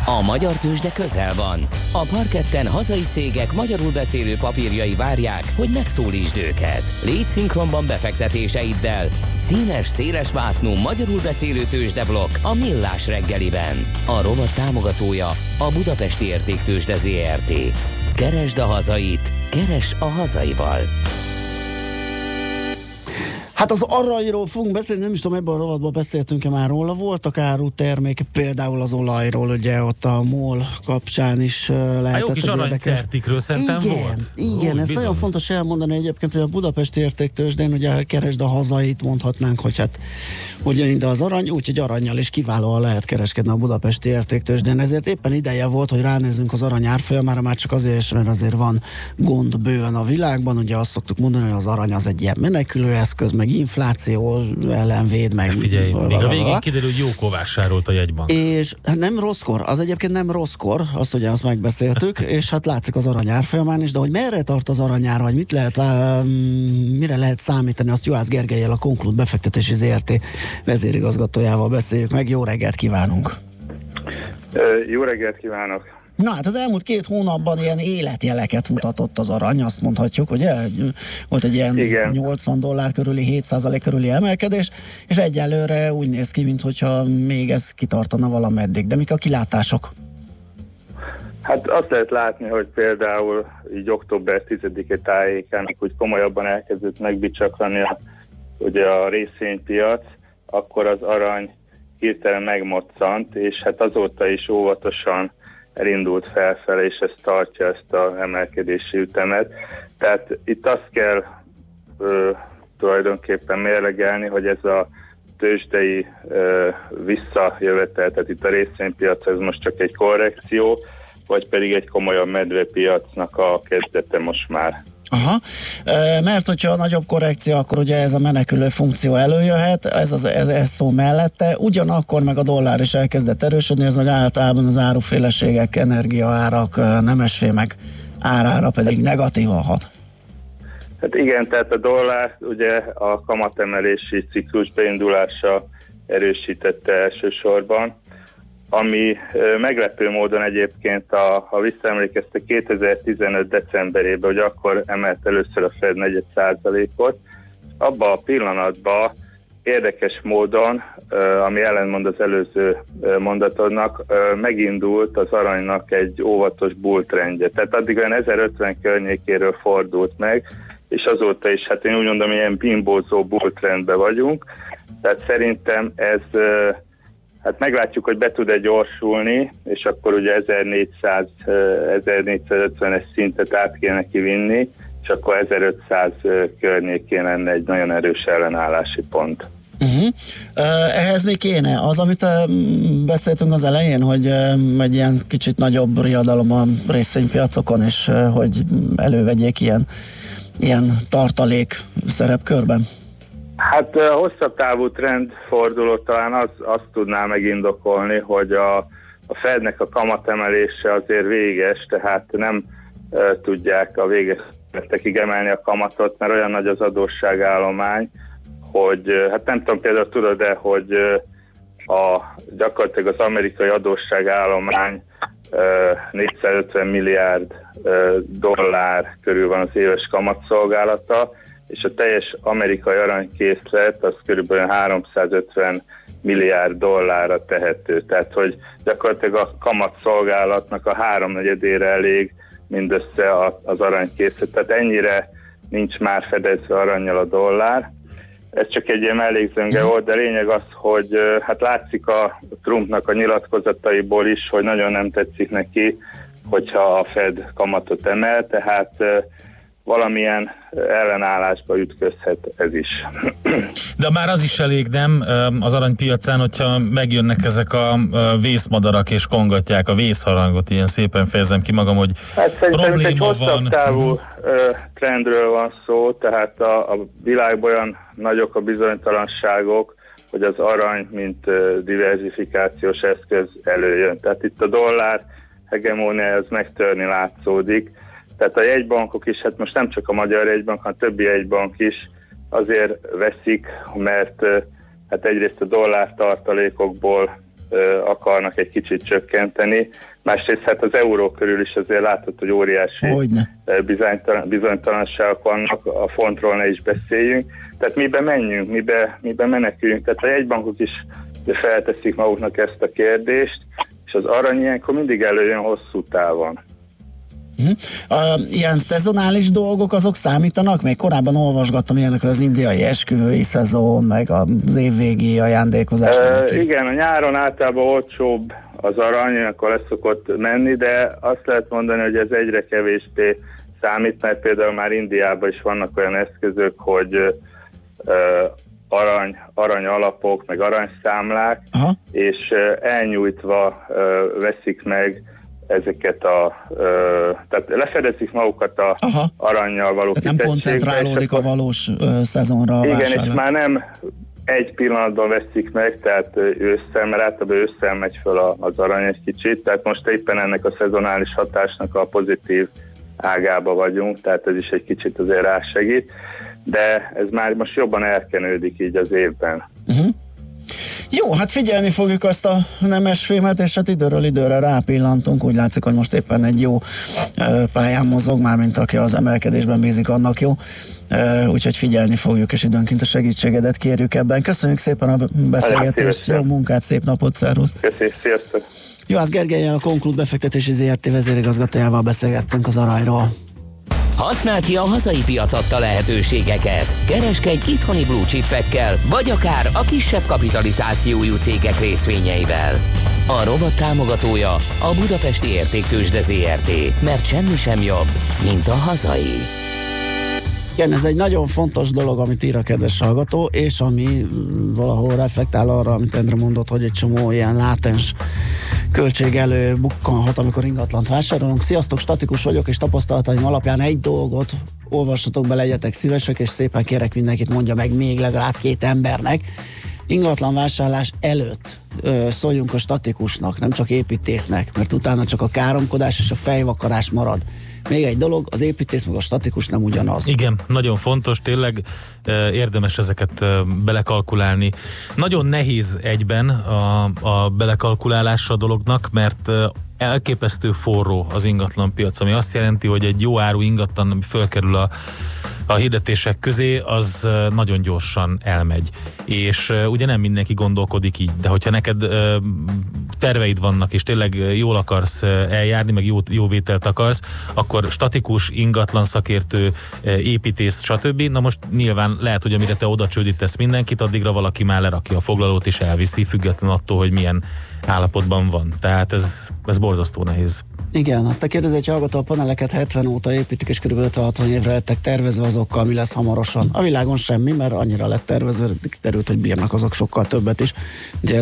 A magyar tőzsde közel van. A parketten hazai cégek magyarul beszélő papírjai várják, hogy megszólítsd őket. Légy szinkronban befektetéseiddel. Színes, széles vásznú magyarul beszélő tőzsdeblokk a Millás reggeliben. A rovat támogatója a Budapesti Értéktőzsde ZRT. Keresd a hazait, keresd a hazaival. Hát az aranyról fogunk beszélni, nem is tudom, ebben a rovatban beszéltünk-e már róla, voltak árutermékek, például az olajról, ugye ott a MOL kapcsán is lehetett. Jó kis aranycertikről szerintem volt. Igen, ez nagyon fontos elmondani egyébként, hogy a Budapesti Értéktőzsdén ugye keresd a hazait, mondhatnánk, hogy hát ugyaninde az arany, úgyhogy arannyal is kiválóan lehet kereskedni a Budapesti Értéktőzsdén, ezért éppen ideje volt, hogy ránézzünk az arany árfolyamára, már csak azért is, mert azért van gond bőven a világban, ugye azt szoktuk mondani, hogy az arany az egy ilyen menekülőeszköz, meg infláció ellen véd, meg... Figyelj, még a végén kiderül, hogy jókor vásárolt a jegybank. És nem rosszkor, az egyébként nem rosszkor, azt ugye azt megbeszéltük, és hát látszik az arany árfolyamán is, de hogy merre tart az aranyár, vagy mit lehet, mire lehet számítani, azt Juhász Gergellyel, a Conclude befektetési ZRT vezérigazgatójával beszéljük meg. Jó reggelt kívánunk! Jó reggelt kívánok! Na hát az elmúlt 2 hónapban ilyen életjeleket mutatott az arany, azt mondhatjuk, ugye? Volt egy ilyen igen. $80 körüli, 7% körüli emelkedés, és egyelőre úgy néz ki, mintha még ez kitartana valameddig. De mik a kilátások? Hát azt lehet látni, hogy például így október 10-e tájékán, úgy komolyabban elkezdett megbicsaklani ugye a részvénypiac, akkor az arany hirtelen megmoccant, és hát azóta is óvatosan elindult felfele, és ez tartja ezt az emelkedési ütemet. Tehát itt azt kell tulajdonképpen mérlegelni, hogy ez a tőzsdei visszajövetel, tehát itt a részvénypiac, ez most csak egy korrekció, vagy pedig egy komolyabb medvepiacnak a kezdete most már. Aha, mert hogyha a nagyobb korrekció, akkor ugye ez a menekülő funkció előjöhet, ez szó mellette, ugyanakkor meg a dollár is elkezdett erősödni, ez meg általában az áruféleségek, energiaárak, nemesfémek árára pedig negatívan hat. Hát igen, tehát a dollár ugye a kamatemelési ciklus beindulása erősítette elsősorban, ami meglepő módon egyébként, ha visszaemlékeztek 2015. decemberében, hogy akkor emelt először a Fed 4%-ot, abban a pillanatban érdekes módon, ami ellentmond az előző mondatodnak, megindult az aranynak egy óvatos bulltrendje. Tehát addig olyan 1050 környékéről fordult meg, és azóta is, hát én úgy mondom, ilyen bimbózó bulltrendben vagyunk. Tehát szerintem ez... Hát meglátjuk, hogy be tud-e gyorsulni, és akkor ugye 1450-es szintet át kéne kivinni, és akkor 1500 környékén lenne egy nagyon erős ellenállási pont. Ehhez mi kéne? Az, amit beszéltünk az elején, hogy egy ilyen kicsit nagyobb riadalom a részvénypiacokon, és hogy elővegyék ilyen tartalék szerepkörben? Hát a hosszabb távú trendforduló talán azt tudná megindokolni, hogy a Fednek a kamatemelése azért véges, tehát nem tudják a végesekig emelni a kamatot, mert olyan nagy az adósságállomány, hogy hát nem tudom, például tudod-e, hogy gyakorlatilag az amerikai adósságállomány 450 milliárd dollár körül van az éves kamatszolgálata, és a teljes amerikai aranykészlet az körülbelül 350 milliárd dollárra tehető. Tehát, hogy gyakorlatilag a kamatszolgálatnak a 3/4 elég mindössze az aranykészlet. Tehát ennyire nincs már fedezve arannyal a dollár. Ez csak egy ilyen mellékzőnge volt, de lényeg az, hogy hát látszik a Trumpnak a nyilatkozataiból is, hogy nagyon nem tetszik neki, hogyha a Fed kamatot emel, tehát valamilyen ellenállásba ütközhet ez is. De már az is elég, nem, az aranypiacán, hogyha megjönnek ezek a vészmadarak és kongatják a vészharangot, ilyen szépen fejezem ki magam, hogy hát probléma egy hosszabb távú trendről van szó, tehát a világban olyan nagyok a bizonytalanságok, hogy az arany, mint diverzifikációs eszköz előjön. Tehát itt a dollár hegemónia az megtörni látszódik. Tehát a jegybankok is, hát most nem csak a magyar jegybank, hanem a többi jegybank is azért veszik, mert hát egyrészt a dollár tartalékokból akarnak egy kicsit csökkenteni. Másrészt hát az euró körül is azért látod, hogy óriási bizonytalanságok vannak, a fontról ne is beszéljünk. Tehát mibe menjünk, mibe meneküljünk. Tehát a jegybankok is felteszik maguknak ezt a kérdést, és az arany ilyenkor mindig előjön hosszú távon. Ilyen szezonális dolgok azok számítanak? Még korábban olvasgattam ilyenekről, az indiai esküvői szezon, meg az évvégi ajándékozás. Igen, a nyáron általában olcsóbb az arany, akkor lesz szokott menni, de azt lehet mondani, hogy ez egyre kevésbé számít, mert például már Indiában is vannak olyan eszközök, hogy arany alapok, meg aranyszámlák, és elnyújtva veszik meg ezeket tehát lefedezik magukat a arannyal való kitettségbe. Nem koncentrálódik a valós szezonra a vásárlás. Igen, és már nem egy pillanatban veszik meg, tehát ősszel, mert általában ősszel megy föl az arany egy kicsit, tehát most éppen ennek a szezonális hatásnak a pozitív ágába vagyunk, tehát ez is egy kicsit azért rásegít, de ez már most jobban elkenődik így az évben. Jó, hát figyelni fogjuk azt a nemesfémet, és hát időről időre rápillantunk, úgy látszik, hogy most éppen egy jó pályán mozog, mármint aki az emelkedésben bízik, annak jó. Úgyhogy figyelni fogjuk, és időnként a segítségedet kérjük ebben. Köszönjük szépen a beszélgetést, jó munkát, szép napot, szervusz! Köszönjük, sziasztok! Juhász Gergellyel, a Conclude befektetési ZRT vezérigazgatójával beszélgettünk az aranyról. Használd ki a hazai piac adta lehetőségeket. Kereskedj itthoni blue chipekkel, vagy akár a kisebb kapitalizációjú cégek részvényeivel. A rovat támogatója a Budapesti Értéktőzsde ZRT, mert semmi sem jobb, mint a hazai. Igen, ez egy nagyon fontos dolog, amit ír a kedves hallgató, és ami valahol reflektál arra, amit Endre mondott, hogy egy csomó ilyen látens költség előbukkanhat, amikor ingatlant vásárolunk. Sziasztok, statikus vagyok, és tapasztalataim alapján egy dolgot olvassatok be, legyetek szívesek, és szépen kérek mindenkit, mondja meg még legalább 2 embernek. Ingatlan vásárlás előtt szóljunk a statikusnak, nem csak építésznek, mert utána csak a káromkodás és a fejvakarás marad. Még egy dolog, az építész meg a statikus nem ugyanaz. Igen, nagyon fontos, tényleg érdemes ezeket belekalkulálni. Nagyon nehéz egyben a belekalkulálása a dolognak, mert elképesztő forró az ingatlan piac, ami azt jelenti, hogy egy jó áru ingatlan, ami fölkerül a hirdetések közé, az nagyon gyorsan elmegy. És ugye nem mindenki gondolkodik így, de hogyha neked terveid vannak, és tényleg jól akarsz eljárni, meg jó vételt akarsz, akkor statikus, ingatlan szakértő, építész, stb. Na most nyilván lehet, hogy amire te oda csődítesz mindenkit, addigra valaki már lerakja a foglalót és elviszi, független attól, hogy milyen állapotban van. Tehát ez borzasztó nehéz. Igen, azt a kérdezi, hogy hallgató, a paneleket 70 óta építik, és kb. 50-60 évre lettek tervezve azokkal, mi lesz hamarosan. A világon semmi, mert annyira lett tervezve, kiderült, hogy bírnak azok sokkal többet is. Ugye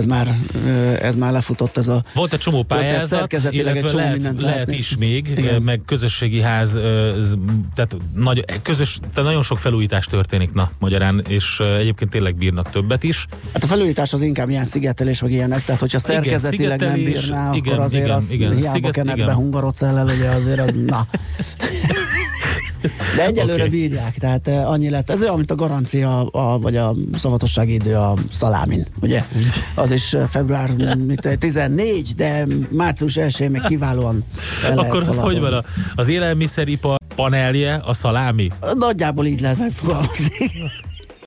ez már lefutott ez a... Volt egy csomó pályázat, illetve lehet is még, igen. Meg közösségi ház, tehát nagyon sok felújítás történik, magyarán, és egyébként tényleg bírnak többet is. Hát a felújítás az inkább ilyen szigetelés, meg ilyenek, tehát hogyha szerkezetileg nem bírná, akkor azért az hiába kenet be hungarocellel, ugye azért az, na. De egyelőre bírják, tehát annyi lett. Ez olyan, mint a garancia, vagy a szavatossági idő a szalámin, ugye? Az is február 14, de március 1-én még kiválóan akkor az hogy van az élelmiszeripar panelje a szalámi? Nagyjából így lehet megfogalmazni.